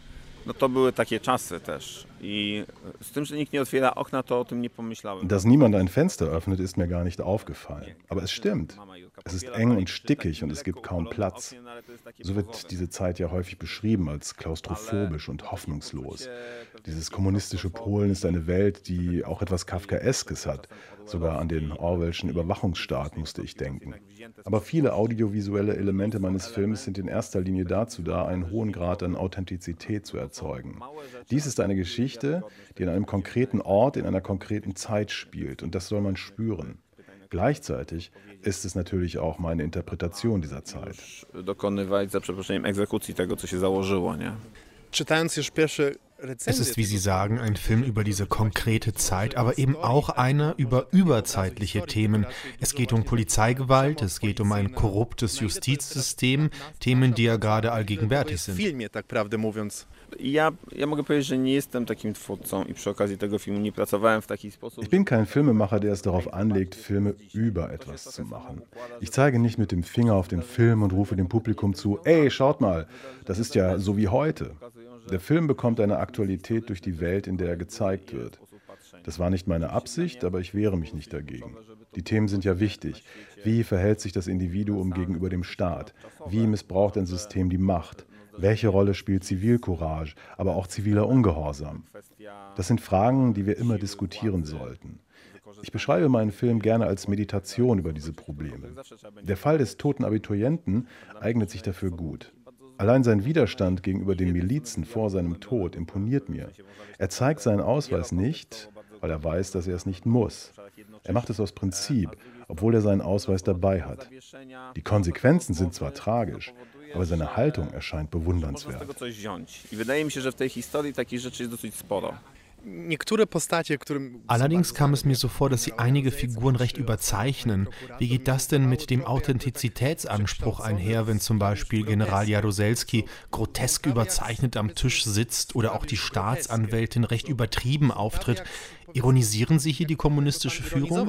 Speaker 22: Dass niemand ein Fenster öffnet, ist mir gar nicht aufgefallen. Aber es stimmt. Es ist eng und stickig und es gibt kaum Platz. So wird diese Zeit ja häufig beschrieben als klaustrophobisch und hoffnungslos. Dieses kommunistische Polen ist eine Welt, die auch etwas Kafkaeskes hat. Sogar an den Orwellschen Überwachungsstaat musste ich denken. Aber viele audiovisuelle Elemente meines Films sind in erster Linie dazu da, einen hohen Grad an Authentizität zu erzeugen. Dies ist eine Geschichte, die in einem konkreten Ort, in einer konkreten Zeit spielt. Und das soll man spüren. Gleichzeitig ist es natürlich auch meine Interpretation dieser Zeit.
Speaker 2: Es ist, wie Sie sagen, ein Film über diese konkrete Zeit, aber eben auch einer über überzeitliche Themen. Es geht um Polizeigewalt, es geht um ein korruptes Justizsystem, Themen, die ja gerade allgegenwärtig sind.
Speaker 22: Ich bin kein Filmemacher, der es darauf anlegt, Filme über etwas zu machen. Ich zeige nicht mit dem Finger auf den Film und rufe dem Publikum zu, ey, schaut mal, das ist ja so wie heute. Der Film bekommt eine Aktualität durch die Welt, in der er gezeigt wird. Das war nicht meine Absicht, aber ich wehre mich nicht dagegen. Die Themen sind ja wichtig. Wie verhält sich das Individuum gegenüber dem Staat? Wie missbraucht ein System die Macht? Welche Rolle spielt Zivilcourage, aber auch ziviler Ungehorsam? Das sind Fragen, die wir immer diskutieren sollten. Ich beschreibe meinen Film gerne als Meditation über diese Probleme. Der Fall des toten Abiturienten eignet sich dafür gut. Allein sein Widerstand gegenüber den Milizen vor seinem Tod imponiert mir. Er zeigt seinen Ausweis nicht, weil er weiß, dass er es nicht muss. Er macht es aus Prinzip, obwohl er seinen Ausweis dabei hat. Die Konsequenzen sind zwar tragisch, aber seine Haltung erscheint bewundernswert.
Speaker 2: Allerdings kam es mir so vor, dass Sie einige Figuren recht überzeichnen. Wie geht das denn mit dem Authentizitätsanspruch einher, wenn zum Beispiel General Jaruzelski grotesk überzeichnet am Tisch sitzt oder auch die Staatsanwältin recht übertrieben auftritt? Ironisieren Sie hier die kommunistische Führung?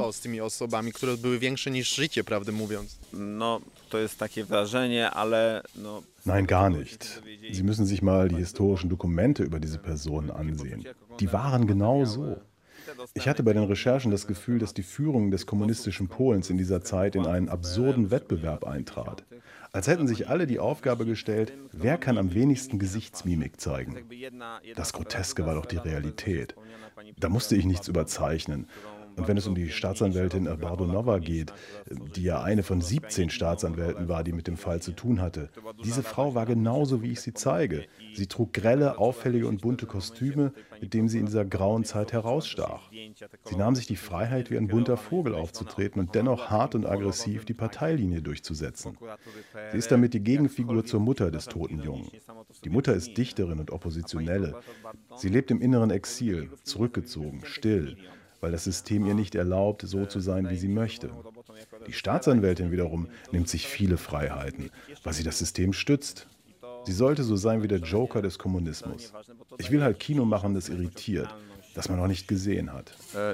Speaker 22: Nein, gar nicht. Sie müssen sich mal die historischen Dokumente über diese Personen ansehen. Die waren genau so. Ich hatte bei den Recherchen das Gefühl, dass die Führung des kommunistischen Polens in dieser Zeit in einen absurden Wettbewerb eintrat. Als hätten sich alle die Aufgabe gestellt, wer kann am wenigsten Gesichtsmimik zeigen. Das Groteske war doch die Realität. Da musste ich nichts überzeichnen. Und wenn es um die Staatsanwältin Bardonova geht, die ja eine von siebzehn Staatsanwälten war, die mit dem Fall zu tun hatte, diese Frau war genauso, wie ich sie zeige. Sie trug grelle, auffällige und bunte Kostüme, mit denen sie in dieser grauen Zeit herausstach. Sie nahm sich die Freiheit, wie ein bunter Vogel aufzutreten und dennoch hart und aggressiv die Parteilinie durchzusetzen. Sie ist damit die Gegenfigur zur Mutter des toten Jungen. Die Mutter ist Dichterin und Oppositionelle. Sie lebt im inneren Exil, zurückgezogen, still, weil das System ihr nicht erlaubt, so zu sein, wie sie möchte. Die Staatsanwältin wiederum nimmt sich viele Freiheiten, weil sie das System stützt. Sie sollte so sein wie der Joker des Kommunismus. Ich will halt Kino machen, das irritiert, das man noch nicht gesehen hat.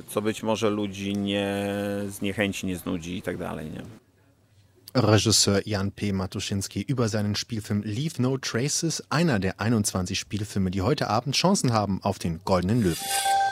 Speaker 2: Regisseur Jan P. Matuszynski über seinen Spielfilm Leave No Traces, einer der einundzwanzig Spielfilme, die heute Abend Chancen haben auf den Goldenen Löwen.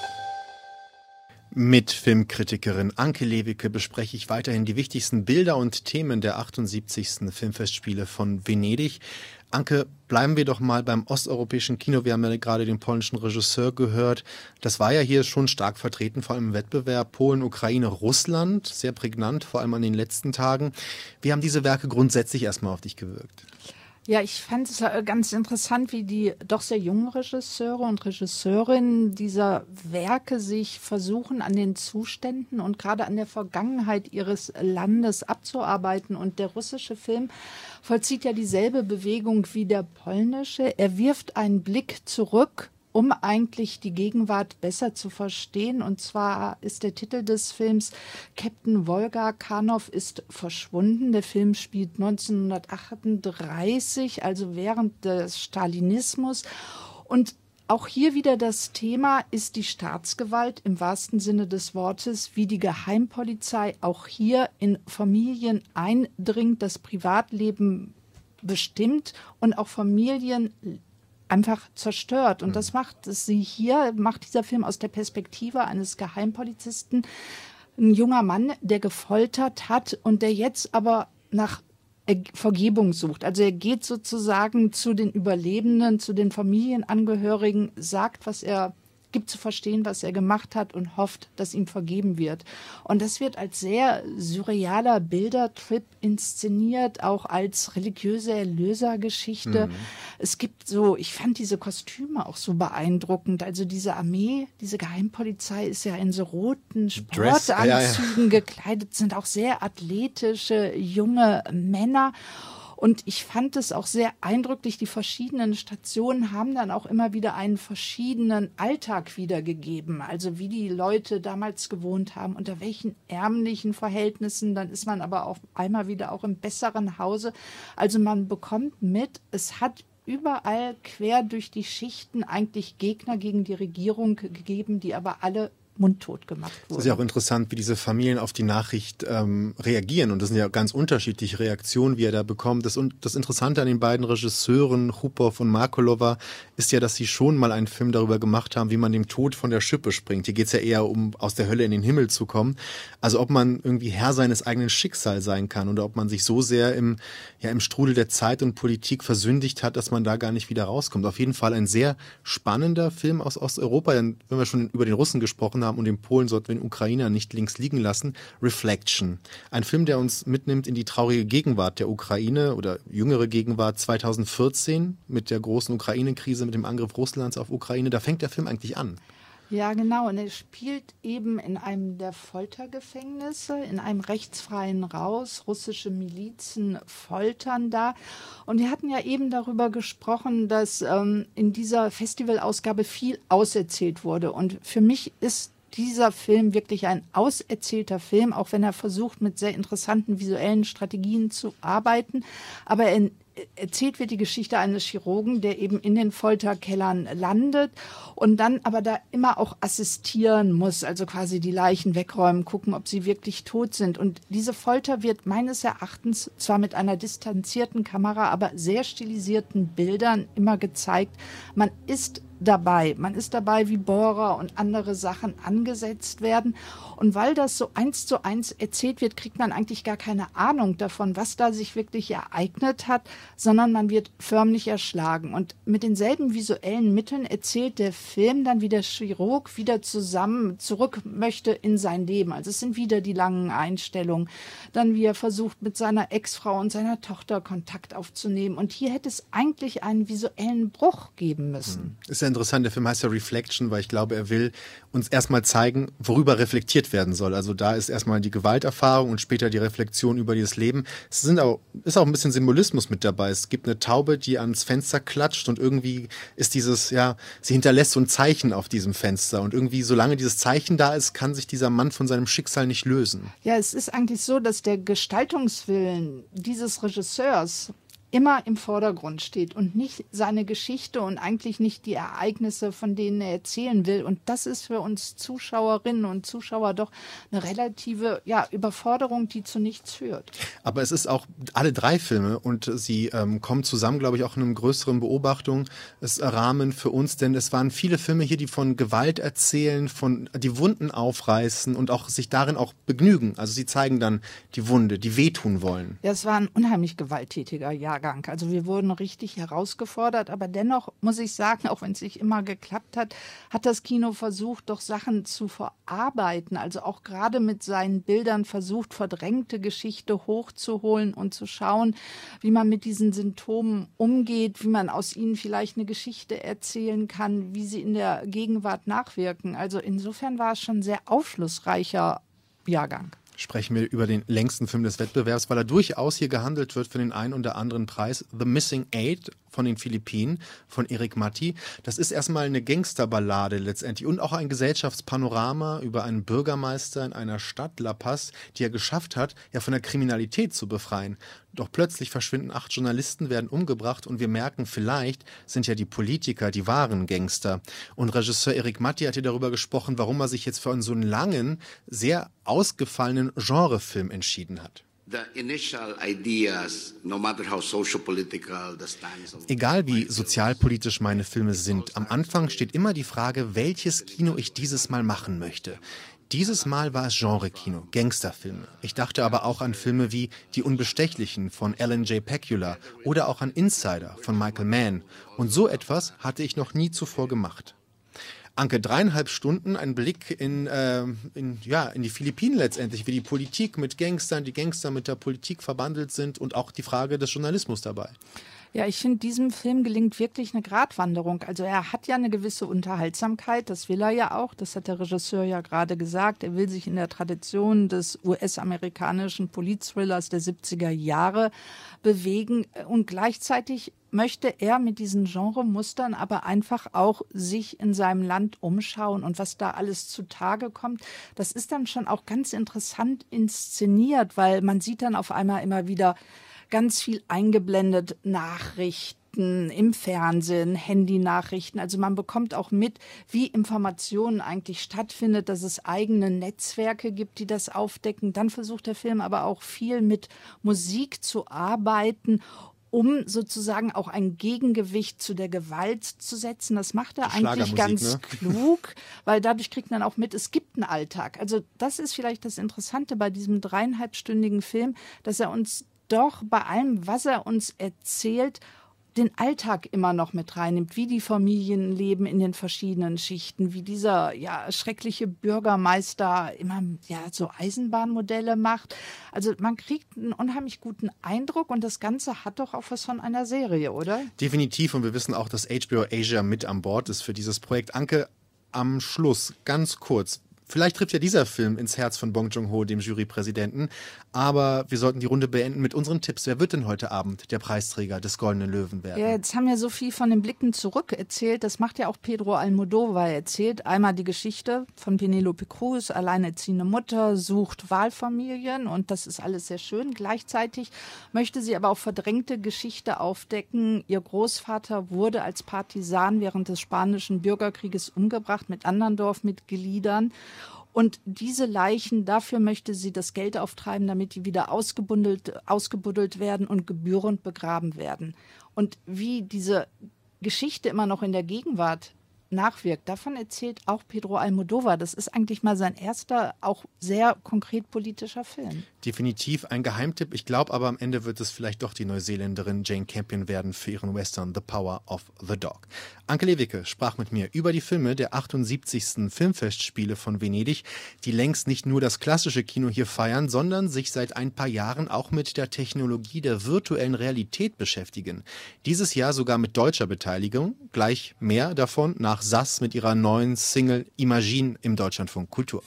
Speaker 2: Mit Filmkritikerin Anke Lewicke bespreche ich weiterhin die wichtigsten Bilder und Themen der achtundsiebzigsten Filmfestspiele von Venedig. Anke, bleiben wir doch mal beim osteuropäischen Kino. Wir haben ja gerade den polnischen Regisseur gehört. Das war ja hier schon stark vertreten, vor allem im Wettbewerb Polen, Ukraine, Russland. Sehr prägnant, vor allem an den letzten Tagen. Wie haben diese Werke grundsätzlich erstmal auf dich gewirkt?
Speaker 19: Ja, ich fand es ganz interessant, wie die doch sehr jungen Regisseure und Regisseurinnen dieser Werke sich versuchen, an den Zuständen und gerade an der Vergangenheit ihres Landes abzuarbeiten. Und der russische Film vollzieht ja dieselbe Bewegung wie der polnische. Er wirft einen Blick zurück, um eigentlich die Gegenwart besser zu verstehen. Und zwar ist der Titel des Films Captain Wolga Karnow ist verschwunden. Der Film spielt neunzehnhundertachtunddreißig, also während des Stalinismus. Und auch hier wieder das Thema ist die Staatsgewalt im wahrsten Sinne des Wortes, wie die Geheimpolizei auch hier in Familien eindringt, das Privatleben bestimmt und auch Familien einfach zerstört. Und das macht sie hier, macht dieser Film aus der Perspektive eines Geheimpolizisten. Ein junger Mann, der gefoltert hat und der jetzt aber nach Vergebung sucht. Also er geht sozusagen zu den Überlebenden, zu den Familienangehörigen, sagt, was er gibt zu verstehen, was er gemacht hat und hofft, dass ihm vergeben wird. Und das wird als sehr surrealer Bildertrip inszeniert, auch als religiöse Erlösergeschichte. Mhm. Es gibt so, ich fand diese Kostüme auch so beeindruckend. Also diese Armee, diese Geheimpolizei ist ja in so roten Sportanzügen ja, ja. gekleidet, sind auch sehr athletische junge Männer. Und ich fand es auch sehr eindrücklich, die verschiedenen Stationen haben dann auch immer wieder einen verschiedenen Alltag wiedergegeben. Also wie die Leute damals gewohnt haben, unter welchen ärmlichen Verhältnissen. Dann ist man aber auf einmal wieder auch im besseren Hause. Also man bekommt mit, es hat überall quer durch die Schichten eigentlich Gegner gegen die Regierung gegeben, die aber alle mundtot gemacht wurde.
Speaker 2: Es ist ja auch interessant, wie diese Familien auf die Nachricht ähm, reagieren. Und das sind ja ganz unterschiedliche Reaktionen, wie er da bekommt. Das, und das Interessante an den beiden Regisseuren, Chupow und Markolova, ist ja, dass sie schon mal einen Film darüber gemacht haben, wie man dem Tod von der Schippe springt. Hier geht es ja eher um, aus der Hölle in den Himmel zu kommen. Also ob man irgendwie Herr seines eigenen Schicksals sein kann oder ob man sich so sehr im, ja, im Strudel der Zeit und Politik versündigt hat, dass man da gar nicht wieder rauskommt. Auf jeden Fall ein sehr spannender Film aus Osteuropa. Wenn wir schon über den Russen gesprochen haben, und den Polen sollten wir den Ukrainer nicht links liegen lassen. Reflection. Ein Film, der uns mitnimmt in die traurige Gegenwart der Ukraine oder jüngere Gegenwart zweitausendvierzehn mit der großen Ukraine-Krise, mit dem Angriff Russlands auf Ukraine. Da fängt der Film eigentlich an.
Speaker 19: Ja, genau. Und er spielt eben in einem der Foltergefängnisse, in einem rechtsfreien Raus. Russische Milizen foltern da. Und wir hatten ja eben darüber gesprochen, dass ähm, in dieser Festivalausgabe viel auserzählt wurde. Und für mich ist dieser Film wirklich ein auserzählter Film, auch wenn er versucht, mit sehr interessanten visuellen Strategien zu arbeiten. Aber er erzählt wird die Geschichte eines Chirurgen, der eben in den Folterkellern landet und dann aber da immer auch assistieren muss, also quasi die Leichen wegräumen, gucken, ob sie wirklich tot sind. Und diese Folter wird meines Erachtens zwar mit einer distanzierten Kamera, aber sehr stilisierten Bildern immer gezeigt. Man ist dabei. Man ist dabei, wie Bohrer und andere Sachen angesetzt werden. Und weil das so eins zu eins erzählt wird, kriegt man eigentlich gar keine Ahnung davon, was da sich wirklich ereignet hat, sondern man wird förmlich erschlagen. Und mit denselben visuellen Mitteln erzählt der Film dann, wie der Chirurg wieder zusammen zurück möchte in sein Leben. Also es sind wieder die langen Einstellungen. Dann wie er versucht, mit seiner Ex-Frau und seiner Tochter Kontakt aufzunehmen. Und hier hätte es eigentlich einen visuellen Bruch geben müssen.
Speaker 2: Ist ja interessant, der Film heißt ja Reflection, weil ich glaube, er will uns erstmal zeigen, worüber reflektiert werden soll. Also da ist erstmal die Gewalterfahrung und später die Reflexion über dieses Leben. Es sind auch, ist auch ein bisschen Symbolismus mit dabei. Es gibt eine Taube, die ans Fenster klatscht und irgendwie ist dieses, ja, sie hinterlässt so ein Zeichen auf diesem Fenster und irgendwie, solange dieses Zeichen da ist, kann sich dieser Mann von seinem Schicksal nicht lösen.
Speaker 19: Ja, es ist eigentlich so, dass der Gestaltungswillen dieses Regisseurs immer im Vordergrund steht und nicht seine Geschichte und eigentlich nicht die Ereignisse, von denen er erzählen will. Und das ist für uns Zuschauerinnen und Zuschauer doch eine relative ja, Überforderung, die zu nichts führt.
Speaker 2: Aber es ist auch alle drei Filme und sie ähm, kommen zusammen, glaube ich, auch in einem größeren Beobachtungsrahmen für uns, denn es waren viele Filme hier, die von Gewalt erzählen, von die Wunden aufreißen und auch sich darin auch begnügen. Also sie zeigen dann die Wunde, die wehtun wollen.
Speaker 19: Ja, es war ein unheimlich gewalttätiger Jahr. Also wir wurden richtig herausgefordert, aber dennoch muss ich sagen, auch wenn es nicht immer geklappt hat, hat das Kino versucht, doch Sachen zu verarbeiten, also auch gerade mit seinen Bildern versucht, verdrängte Geschichte hochzuholen und zu schauen, wie man mit diesen Symptomen umgeht, wie man aus ihnen vielleicht eine Geschichte erzählen kann, wie sie in der Gegenwart nachwirken. Also insofern war es schon ein sehr aufschlussreicher Jahrgang.
Speaker 2: Sprechen wir über den längsten Film des Wettbewerbs, weil er durchaus hier gehandelt wird für den einen oder anderen Preis. The Missing Eight von den Philippinen, von Eric Matti. Das ist erstmal eine Gangsterballade letztendlich und auch ein Gesellschaftspanorama über einen Bürgermeister in einer Stadt, La Paz, die er geschafft hat, ja von der Kriminalität zu befreien. Doch plötzlich verschwinden acht Journalisten, werden umgebracht und wir merken, vielleicht sind ja die Politiker die wahren Gangster. Und Regisseur Eric Matti hat hier darüber gesprochen, warum er sich jetzt für einen so einen langen, sehr ausgefallenen Genrefilm entschieden hat. Egal wie sozialpolitisch meine Filme sind, am Anfang steht immer die Frage, welches Kino ich dieses Mal machen möchte. Dieses Mal war es Genre-Kino, Gangsterfilme. Ich dachte aber auch an Filme wie Die Unbestechlichen von Alan J. Pakula oder auch an Insider von Michael Mann. Und so etwas hatte ich noch nie zuvor gemacht. Anke, dreieinhalb Stunden, ein Blick in, äh, in, ja, in die Philippinen letztendlich, wie die Politik mit Gangstern, die Gangster mit der Politik verbandelt sind und auch die Frage des Journalismus dabei.
Speaker 19: Ja, ich finde, diesem Film gelingt wirklich eine Gratwanderung. Also er hat ja eine gewisse Unterhaltsamkeit, das will er ja auch, das hat der Regisseur ja gerade gesagt. Er will sich in der Tradition des U S-amerikanischen Politthrillers der siebziger Jahre bewegen und gleichzeitig möchte er mit diesen Genremustern aber einfach auch sich in seinem Land umschauen und was da alles zutage kommt. Das ist dann schon auch ganz interessant inszeniert, weil man sieht dann auf einmal immer wieder ganz viel eingeblendet, Nachrichten im Fernsehen, Handynachrichten. Also man bekommt auch mit, wie Informationen eigentlich stattfindet, dass es eigene Netzwerke gibt, die das aufdecken. Dann versucht der Film aber auch viel mit Musik zu arbeiten, um sozusagen auch ein Gegengewicht zu der Gewalt zu setzen. Das macht er eigentlich ganz ne? klug, weil dadurch kriegt man auch mit, es gibt einen Alltag. Also das ist vielleicht das Interessante bei diesem dreieinhalbstündigen Film, dass er uns doch bei allem, was er uns erzählt, den Alltag immer noch mit reinnimmt, wie die Familien leben in den verschiedenen Schichten, wie dieser ja, schreckliche Bürgermeister immer ja, so Eisenbahnmodelle macht. Also man kriegt einen unheimlich guten Eindruck und das Ganze hat doch auch was von einer Serie, oder?
Speaker 2: Definitiv und wir wissen auch, dass H B O Asia mit an Bord ist für dieses Projekt. Anke, am Schluss, ganz kurz, vielleicht trifft ja dieser Film ins Herz von Bong Joon-ho, dem Jurypräsidenten. Aber wir sollten die Runde beenden mit unseren Tipps. Wer wird denn heute Abend der Preisträger des Goldenen Löwen werden?
Speaker 19: Ja, jetzt haben wir so viel von den Blicken zurück erzählt. Das macht ja auch Pedro Almodóvar. Er erzählt einmal die Geschichte von Penélope Cruz, alleinerziehende Mutter, sucht Wahlfamilien und das ist alles sehr schön. Gleichzeitig möchte sie aber auch verdrängte Geschichte aufdecken. Ihr Großvater wurde als Partisan während des Spanischen Bürgerkrieges umgebracht mit anderen Dorfmitgliedern. Und diese Leichen, dafür möchte sie das Geld auftreiben, damit die wieder ausgebuddelt, ausgebuddelt werden und gebührend begraben werden. Und wie diese Geschichte immer noch in der Gegenwart nachwirkt. Davon erzählt auch Pedro Almodóvar. Das ist eigentlich mal sein erster, auch sehr konkret politischer Film.
Speaker 2: Definitiv ein Geheimtipp. Ich glaube aber, am Ende wird es vielleicht doch die Neuseeländerin Jane Campion werden für ihren Western The Power of the Dog. Anke Lewicke sprach mit mir über die Filme der achtundsiebzigsten Filmfestspiele von Venedig, die längst nicht nur das klassische Kino hier feiern, sondern sich seit ein paar Jahren auch mit der Technologie der virtuellen Realität beschäftigen. Dieses Jahr sogar mit deutscher Beteiligung. Gleich mehr davon nach S A S mit ihrer neuen Single Imagine im Deutschlandfunk Kultur.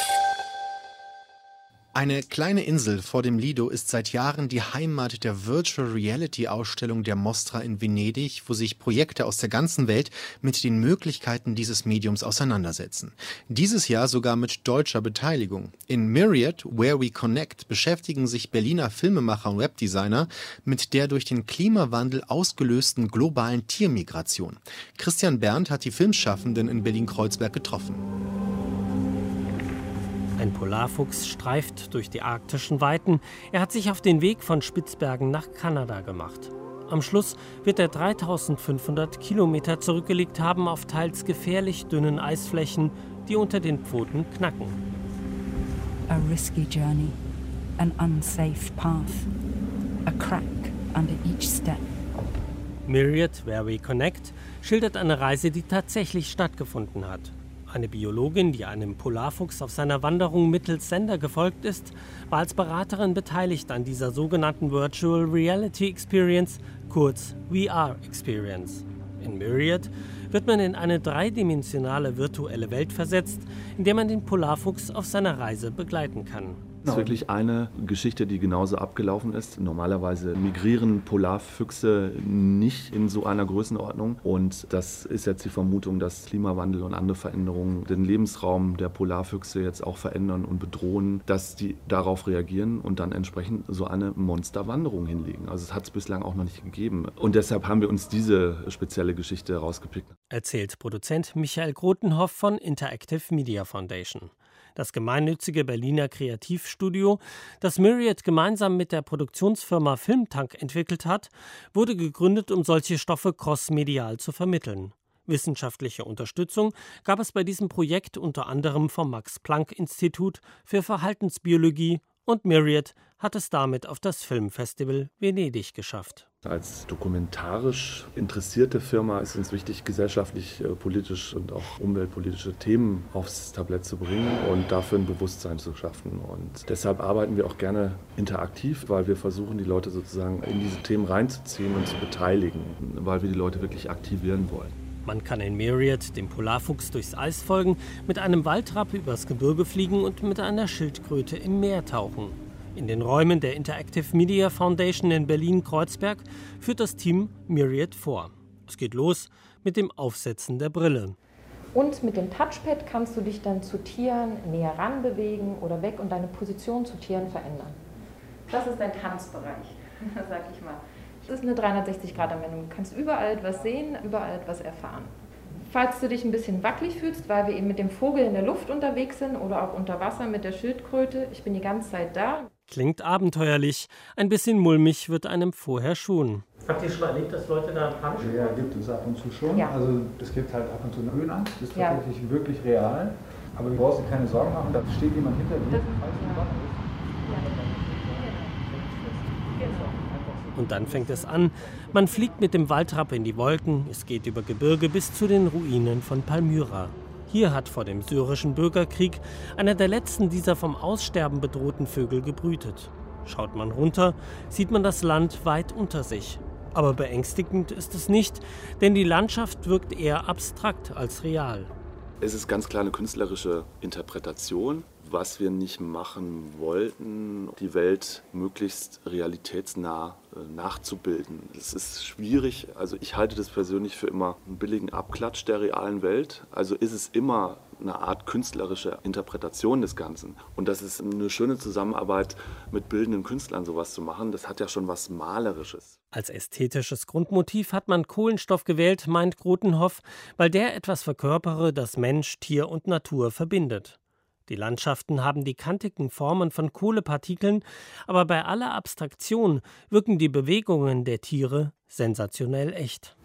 Speaker 2: Eine kleine Insel vor dem Lido ist seit Jahren die Heimat der Virtual Reality Ausstellung der Mostra in Venedig, wo sich Projekte aus der ganzen Welt mit den Möglichkeiten dieses Mediums auseinandersetzen. Dieses Jahr sogar mit deutscher Beteiligung. In Myriad, Where We Connect, beschäftigen sich Berliner Filmemacher und Webdesigner mit der durch den Klimawandel ausgelösten globalen Tiermigration. Christian Berndt hat die Filmschaffenden in Berlin-Kreuzberg getroffen.
Speaker 1: Ein Polarfuchs streift durch die arktischen Weiten. Er hat sich auf den Weg von Spitzbergen nach Kanada gemacht. Am Schluss wird er dreitausendfünfhundert Kilometer zurückgelegt haben auf teils gefährlich dünnen Eisflächen, die unter den Pfoten knacken.
Speaker 3: A risky journey, an unsafe path, a crack under each step.
Speaker 1: Myriad, Where We Connect schildert eine Reise, die tatsächlich stattgefunden hat. Eine Biologin, die einem Polarfuchs auf seiner Wanderung mittels Sender gefolgt ist, war als Beraterin beteiligt an dieser sogenannten Virtual Reality Experience, kurz V R Experience. In Myriad wird man in eine dreidimensionale virtuelle Welt versetzt, in der man den Polarfuchs auf seiner Reise begleiten kann.
Speaker 23: Das ist wirklich eine Geschichte, die genauso abgelaufen ist. Normalerweise migrieren Polarfüchse nicht in so einer Größenordnung. Und das ist jetzt die Vermutung, dass Klimawandel und andere Veränderungen den Lebensraum der Polarfüchse jetzt auch verändern und bedrohen, dass die darauf reagieren und dann entsprechend so eine Monsterwanderung hinlegen. Also es hat es bislang auch noch nicht gegeben. Und deshalb haben wir uns diese spezielle Geschichte rausgepickt.
Speaker 1: Erzählt Produzent Michael Grotenhoff von Interactive Media Foundation. Das gemeinnützige Berliner Kreativstudio, das Myriad gemeinsam mit der Produktionsfirma Filmtank entwickelt hat, wurde gegründet, um solche Stoffe crossmedial zu vermitteln. Wissenschaftliche Unterstützung gab es bei diesem Projekt unter anderem vom Max-Planck-Institut für Verhaltensbiologie und Myriad hat es damit auf das Filmfestival Venedig geschafft.
Speaker 23: Als dokumentarisch interessierte Firma ist uns wichtig, gesellschaftlich, politisch und auch umweltpolitische Themen aufs Tablett zu bringen und dafür ein Bewusstsein zu schaffen. Und deshalb arbeiten wir auch gerne interaktiv, weil wir versuchen, die Leute sozusagen in diese Themen reinzuziehen und zu beteiligen, weil wir die Leute wirklich aktivieren wollen.
Speaker 1: Man kann in Myriad dem Polarfuchs durchs Eis folgen, mit einem Waldrapp übers Gebirge fliegen und mit einer Schildkröte im Meer tauchen. In den Räumen der Interactive Media Foundation in Berlin-Kreuzberg führt das Team Myriad vor. Es geht los mit dem Aufsetzen der Brille.
Speaker 24: Und mit dem Touchpad kannst du dich dann zu Tieren näher ran bewegen oder weg und deine Position zu Tieren verändern. Das ist dein Tanzbereich, sag ich mal. Das ist eine dreihundertsechzig Grad Anwendung. Du kannst überall etwas sehen, überall etwas erfahren. Falls du dich ein bisschen wackelig fühlst, weil wir eben mit dem Vogel in der Luft unterwegs sind oder auch unter Wasser mit der Schildkröte, ich bin die ganze Zeit da.
Speaker 1: Klingt abenteuerlich, ein bisschen mulmig wird einem vorher schon.
Speaker 25: Habt ihr schon erlebt, dass Leute da Panik haben? Ja, gibt es ab und zu schon. Ja. Also es gibt halt ab und zu eine Höhenangst, das ist tatsächlich ja. wirklich real. Aber du brauchst dir keine Sorgen machen, da steht jemand hinter dir.
Speaker 1: Und dann fängt es an, man fliegt mit dem Waldrapp in die Wolken, es geht über Gebirge bis zu den Ruinen von Palmyra. Hier hat vor dem syrischen Bürgerkrieg einer der letzten dieser vom Aussterben bedrohten Vögel gebrütet. Schaut man runter, sieht man das Land weit unter sich. Aber beängstigend ist es nicht, denn die Landschaft wirkt eher abstrakt als real.
Speaker 23: Es ist ganz klar eine künstlerische Interpretation. Was wir nicht machen wollten, die Welt möglichst realitätsnah äh, nachzubilden. Es ist schwierig, also ich halte das persönlich für immer einen billigen Abklatsch der realen Welt. Also ist es immer eine Art künstlerische Interpretation des Ganzen. Und das ist eine schöne Zusammenarbeit mit bildenden Künstlern, sowas zu machen. Das hat ja schon was Malerisches.
Speaker 1: Als ästhetisches Grundmotiv hat man Kohlenstoff gewählt, meint Grotenhoff, weil der etwas verkörpere, das Mensch, Tier und Natur verbindet. Die Landschaften haben die kantigen Formen von Kohlepartikeln, aber bei aller Abstraktion wirken die Bewegungen der Tiere sensationell echt.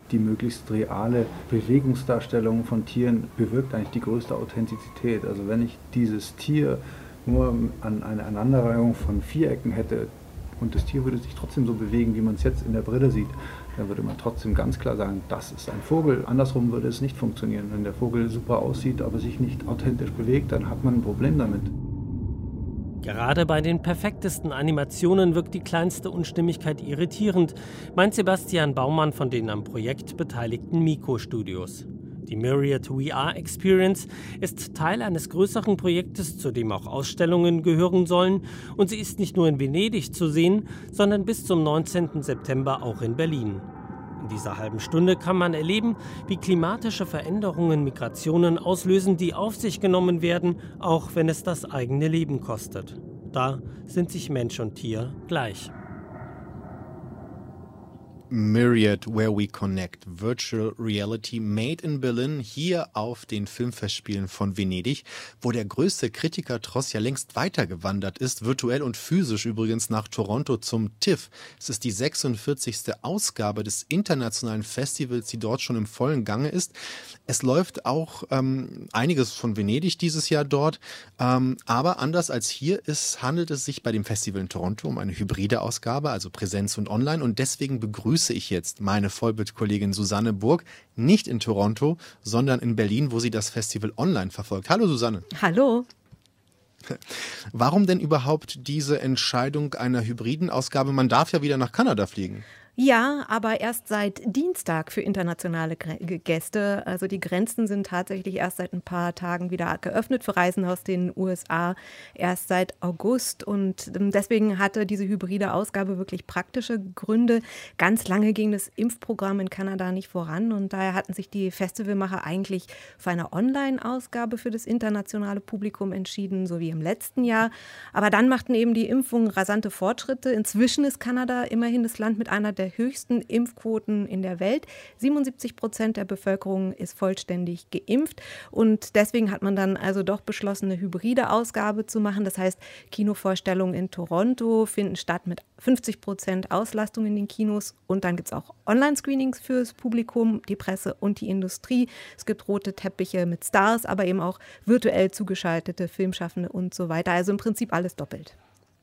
Speaker 25: die möglichst reale Bewegungsdarstellung von Tieren bewirkt eigentlich die größte Authentizität. Also wenn ich dieses Tier nur an eine Aneinanderreihung von Vierecken hätte und das Tier würde sich trotzdem so bewegen, wie man es jetzt in der Brille sieht, dann würde man trotzdem ganz klar sagen, das ist ein Vogel. Andersrum würde es nicht funktionieren. Wenn der Vogel super aussieht, aber sich nicht authentisch bewegt, dann hat man ein Problem damit.
Speaker 1: Gerade bei den perfektesten Animationen wirkt die kleinste Unstimmigkeit irritierend, meint Sebastian Baumann von den am Projekt beteiligten Miko Studios. Die Myriad V R Experience ist Teil eines größeren Projektes, zu dem auch Ausstellungen gehören sollen. Und sie ist nicht nur in Venedig zu sehen, sondern bis zum neunzehnten September auch in Berlin. In dieser halben Stunde kann man erleben, wie klimatische Veränderungen Migrationen auslösen, die auf sich genommen werden, auch wenn es das eigene Leben kostet. Da sind sich Mensch und Tier gleich.
Speaker 2: Myriad, Where We Connect, Virtual Reality Made in Berlin, hier auf den Filmfestspielen von Venedig, wo der größte Kritiker Tross ja längst weitergewandert ist, virtuell und physisch übrigens nach Toronto zum TIFF. Es ist die sechsundvierzigste Ausgabe des internationalen Festivals, die dort schon im vollen Gange ist. Es läuft auch ähm, einiges von Venedig dieses Jahr dort, ähm, aber anders als hier ist, handelt es sich bei dem Festival in Toronto um eine hybride Ausgabe, also Präsenz und Online, und deswegen begrüße ich jetzt meine Vollbildkollegin Susanne Burg, nicht in Toronto, sondern in Berlin, wo sie das Festival online verfolgt. Hallo Susanne.
Speaker 4: Hallo.
Speaker 2: Warum denn überhaupt diese Entscheidung einer hybriden Ausgabe? Man darf ja wieder nach Kanada fliegen.
Speaker 4: Ja, aber erst seit Dienstag für internationale Gäste. Also die Grenzen sind tatsächlich erst seit ein paar Tagen wieder geöffnet für Reisen aus den U S A, erst seit August. Und deswegen hatte diese hybride Ausgabe wirklich praktische Gründe. Ganz lange ging das Impfprogramm in Kanada nicht voran und daher hatten sich die Festivalmacher eigentlich für eine Online-Ausgabe für das internationale Publikum entschieden, so wie im letzten Jahr. Aber dann machten eben die Impfungen rasante Fortschritte. Inzwischen ist Kanada immerhin das Land mit einer der höchsten Impfquoten in der Welt. siebenundsiebzig Prozent der Bevölkerung ist vollständig geimpft und deswegen hat man dann also doch beschlossen, eine hybride Ausgabe zu machen. Das heißt, Kinovorstellungen in Toronto finden statt mit fünfzig Prozent Auslastung in den Kinos und dann gibt es auch Online-Screenings fürs Publikum, die Presse und die Industrie. Es gibt rote Teppiche mit Stars, aber eben auch virtuell zugeschaltete Filmschaffende und so weiter. Also im Prinzip alles doppelt.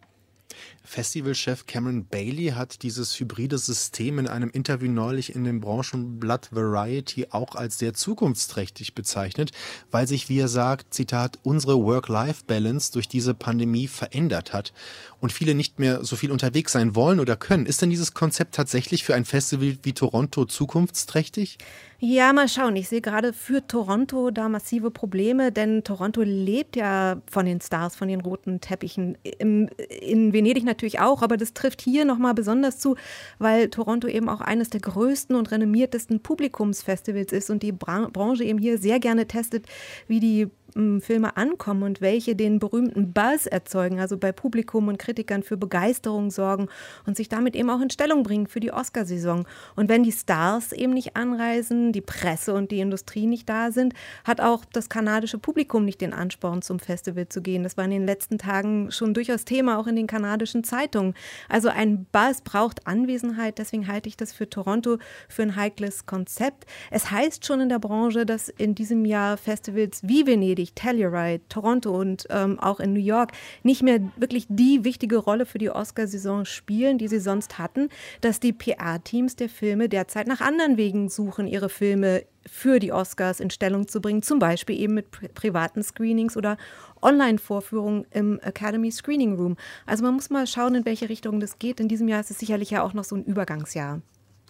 Speaker 2: Festivalchef Cameron Bailey hat dieses hybride System in einem Interview neulich in dem Branchenblatt Variety auch als sehr zukunftsträchtig bezeichnet, weil sich, wie er sagt, Zitat, unsere Work-Life-Balance durch diese Pandemie verändert hat und viele nicht mehr so viel unterwegs sein wollen oder können. Ist denn dieses Konzept tatsächlich für ein Festival wie Toronto zukunftsträchtig?
Speaker 4: Ja, mal schauen. Ich sehe gerade für Toronto da massive Probleme, denn Toronto lebt ja von den Stars, von den roten Teppichen. Im, in Venedig natürlich auch, aber das trifft hier nochmal besonders zu, weil Toronto eben auch eines der größten und renommiertesten Publikumsfestivals ist und die Bran- Branche eben hier sehr gerne testet, wie die Filme ankommen und welche den berühmten Buzz erzeugen, also bei Publikum und Kritikern für Begeisterung sorgen und sich damit eben auch in Stellung bringen für die Oscarsaison. Und wenn die Stars eben nicht anreisen, die Presse und die Industrie nicht da sind, hat auch das kanadische Publikum nicht den Ansporn, zum Festival zu gehen. Das war in den letzten Tagen schon durchaus Thema, auch in den kanadischen Zeitungen. Also ein Buzz braucht Anwesenheit, deswegen halte ich das für Toronto für ein heikles Konzept. Es heißt schon in der Branche, dass in diesem Jahr Festivals wie Venedig, Telluride, Toronto und ähm, auch in New York nicht mehr wirklich die wichtige Rolle für die Oscarsaison spielen, die sie sonst hatten, dass die P R-Teams der Filme derzeit nach anderen Wegen suchen, ihre Filme für die Oscars in Stellung zu bringen, zum Beispiel eben mit pri- privaten Screenings oder Online-Vorführungen im Academy Screening Room. Also man muss mal schauen, in welche Richtung das geht. In diesem Jahr ist es sicherlich ja auch noch so ein Übergangsjahr.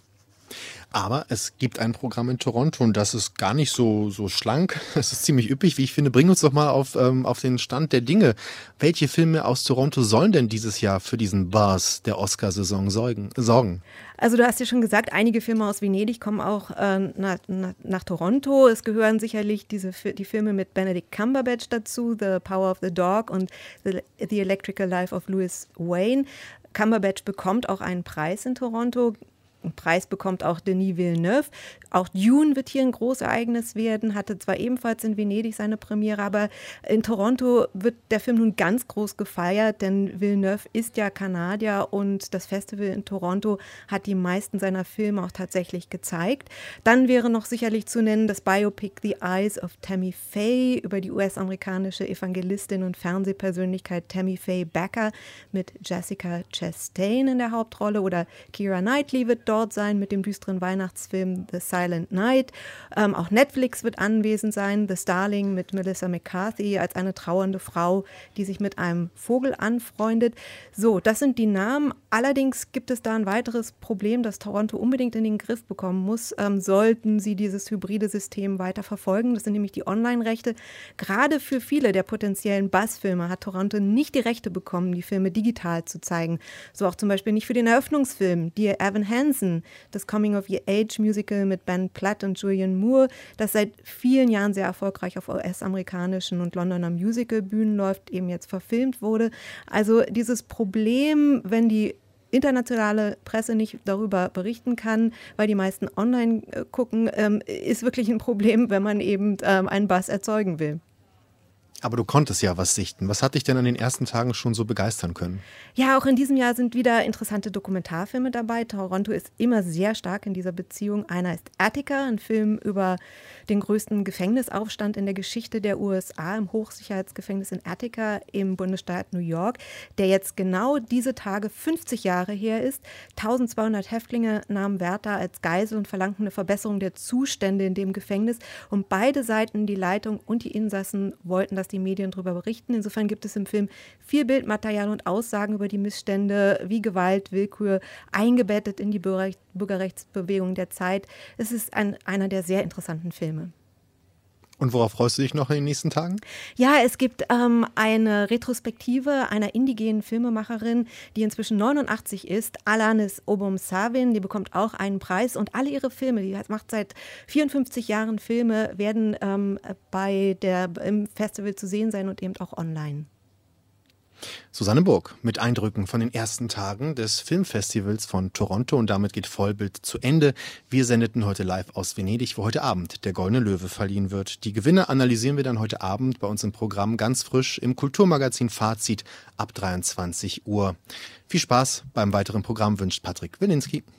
Speaker 2: Aber es gibt ein Programm in Toronto und das ist gar nicht so, so schlank. Es ist ziemlich üppig, wie ich finde. Bring uns doch mal auf, ähm, auf den Stand der Dinge. Welche Filme aus Toronto sollen denn dieses Jahr für diesen Buzz der Oscarsaison sorgen? sorgen?
Speaker 4: Also du hast ja schon gesagt, einige Filme aus Venedig kommen auch äh, nach, nach, nach Toronto. Es gehören sicherlich diese, die Filme mit Benedict Cumberbatch dazu, The Power of the Dog und The, the Electrical Life of Louis Wayne. Cumberbatch bekommt auch einen Preis in Toronto. Einen Preis bekommt auch Denis Villeneuve. Auch Dune wird hier ein Großereignis werden, hatte zwar ebenfalls in Venedig seine Premiere, aber in Toronto wird der Film nun ganz groß gefeiert, denn Villeneuve ist ja Kanadier und das Festival in Toronto hat die meisten seiner Filme auch tatsächlich gezeigt. Dann wäre noch sicherlich zu nennen das Biopic The Eyes of Tammy Faye über die U S-amerikanische Evangelistin und Fernsehpersönlichkeit Tammy Faye Bakker mit Jessica Chastain in der Hauptrolle, oder Keira Knightley wird dort sein mit dem düsteren Weihnachtsfilm The Silent Night. Ähm, auch Netflix wird anwesend sein. The Starling mit Melissa McCarthy als eine trauernde Frau, die sich mit einem Vogel anfreundet. So, das sind die Namen. Allerdings gibt es da ein weiteres Problem, das Toronto unbedingt in den Griff bekommen muss, ähm, sollten sie dieses hybride System weiter verfolgen. Das sind nämlich die Online-Rechte. Gerade für viele der potenziellen Buzz-Filme hat Toronto nicht die Rechte bekommen, die Filme digital zu zeigen. So auch zum Beispiel nicht für den Eröffnungsfilm Dear Evan Hansen, das Coming-of-Age-Musical mit Ben Platt und Julianne Moore, das seit vielen Jahren sehr erfolgreich auf U S-amerikanischen und Londoner Musical-Bühnen läuft, eben jetzt verfilmt wurde. Also dieses Problem, wenn die internationale Presse nicht darüber berichten kann, weil die meisten online äh, gucken, ähm, ist wirklich ein Problem, wenn man eben ähm, einen Buzz erzeugen will.
Speaker 2: Aber du konntest ja was sichten. Was hat dich denn an den ersten Tagen schon so begeistern können?
Speaker 4: Ja, auch in diesem Jahr sind wieder interessante Dokumentarfilme dabei. Toronto ist immer sehr stark in dieser Beziehung. Einer ist Attica, ein Film über den größten Gefängnisaufstand in der Geschichte der U S A im Hochsicherheitsgefängnis in Attica im Bundesstaat New York, der jetzt genau diese Tage fünfzig Jahre her ist. eintausendzweihundert Häftlinge nahmen Wärter als Geisel und verlangten eine Verbesserung der Zustände in dem Gefängnis. Und beide Seiten, die Leitung und die Insassen, wollten, dass die Medien darüber berichten. Insofern gibt es im Film viel Bildmaterial und Aussagen über die Missstände wie Gewalt, Willkür, eingebettet in die Bürgerrecht, Bürgerrechtsbewegung der Zeit. Es ist ein, einer der sehr interessanten Filme.
Speaker 2: Und worauf freust du dich noch in den nächsten Tagen?
Speaker 4: Ja, es gibt ähm, eine Retrospektive einer indigenen Filmemacherin, die inzwischen neunundachtzig ist, Alanis Obomsawin, die bekommt auch einen Preis und alle ihre Filme, die macht seit vierundfünfzig Jahren Filme, werden ähm, bei der, im Festival zu sehen sein und eben auch online.
Speaker 2: Susanne Burg mit Eindrücken von den ersten Tagen des Filmfestivals von Toronto, und damit geht Vollbild zu Ende. Wir sendeten heute live aus Venedig, wo heute Abend der Goldene Löwe verliehen wird. Die Gewinne analysieren wir dann heute Abend bei uns im Programm ganz frisch im Kulturmagazin Fazit ab dreiundzwanzig Uhr. Viel Spaß beim weiteren Programm wünscht Patrick Wilinski.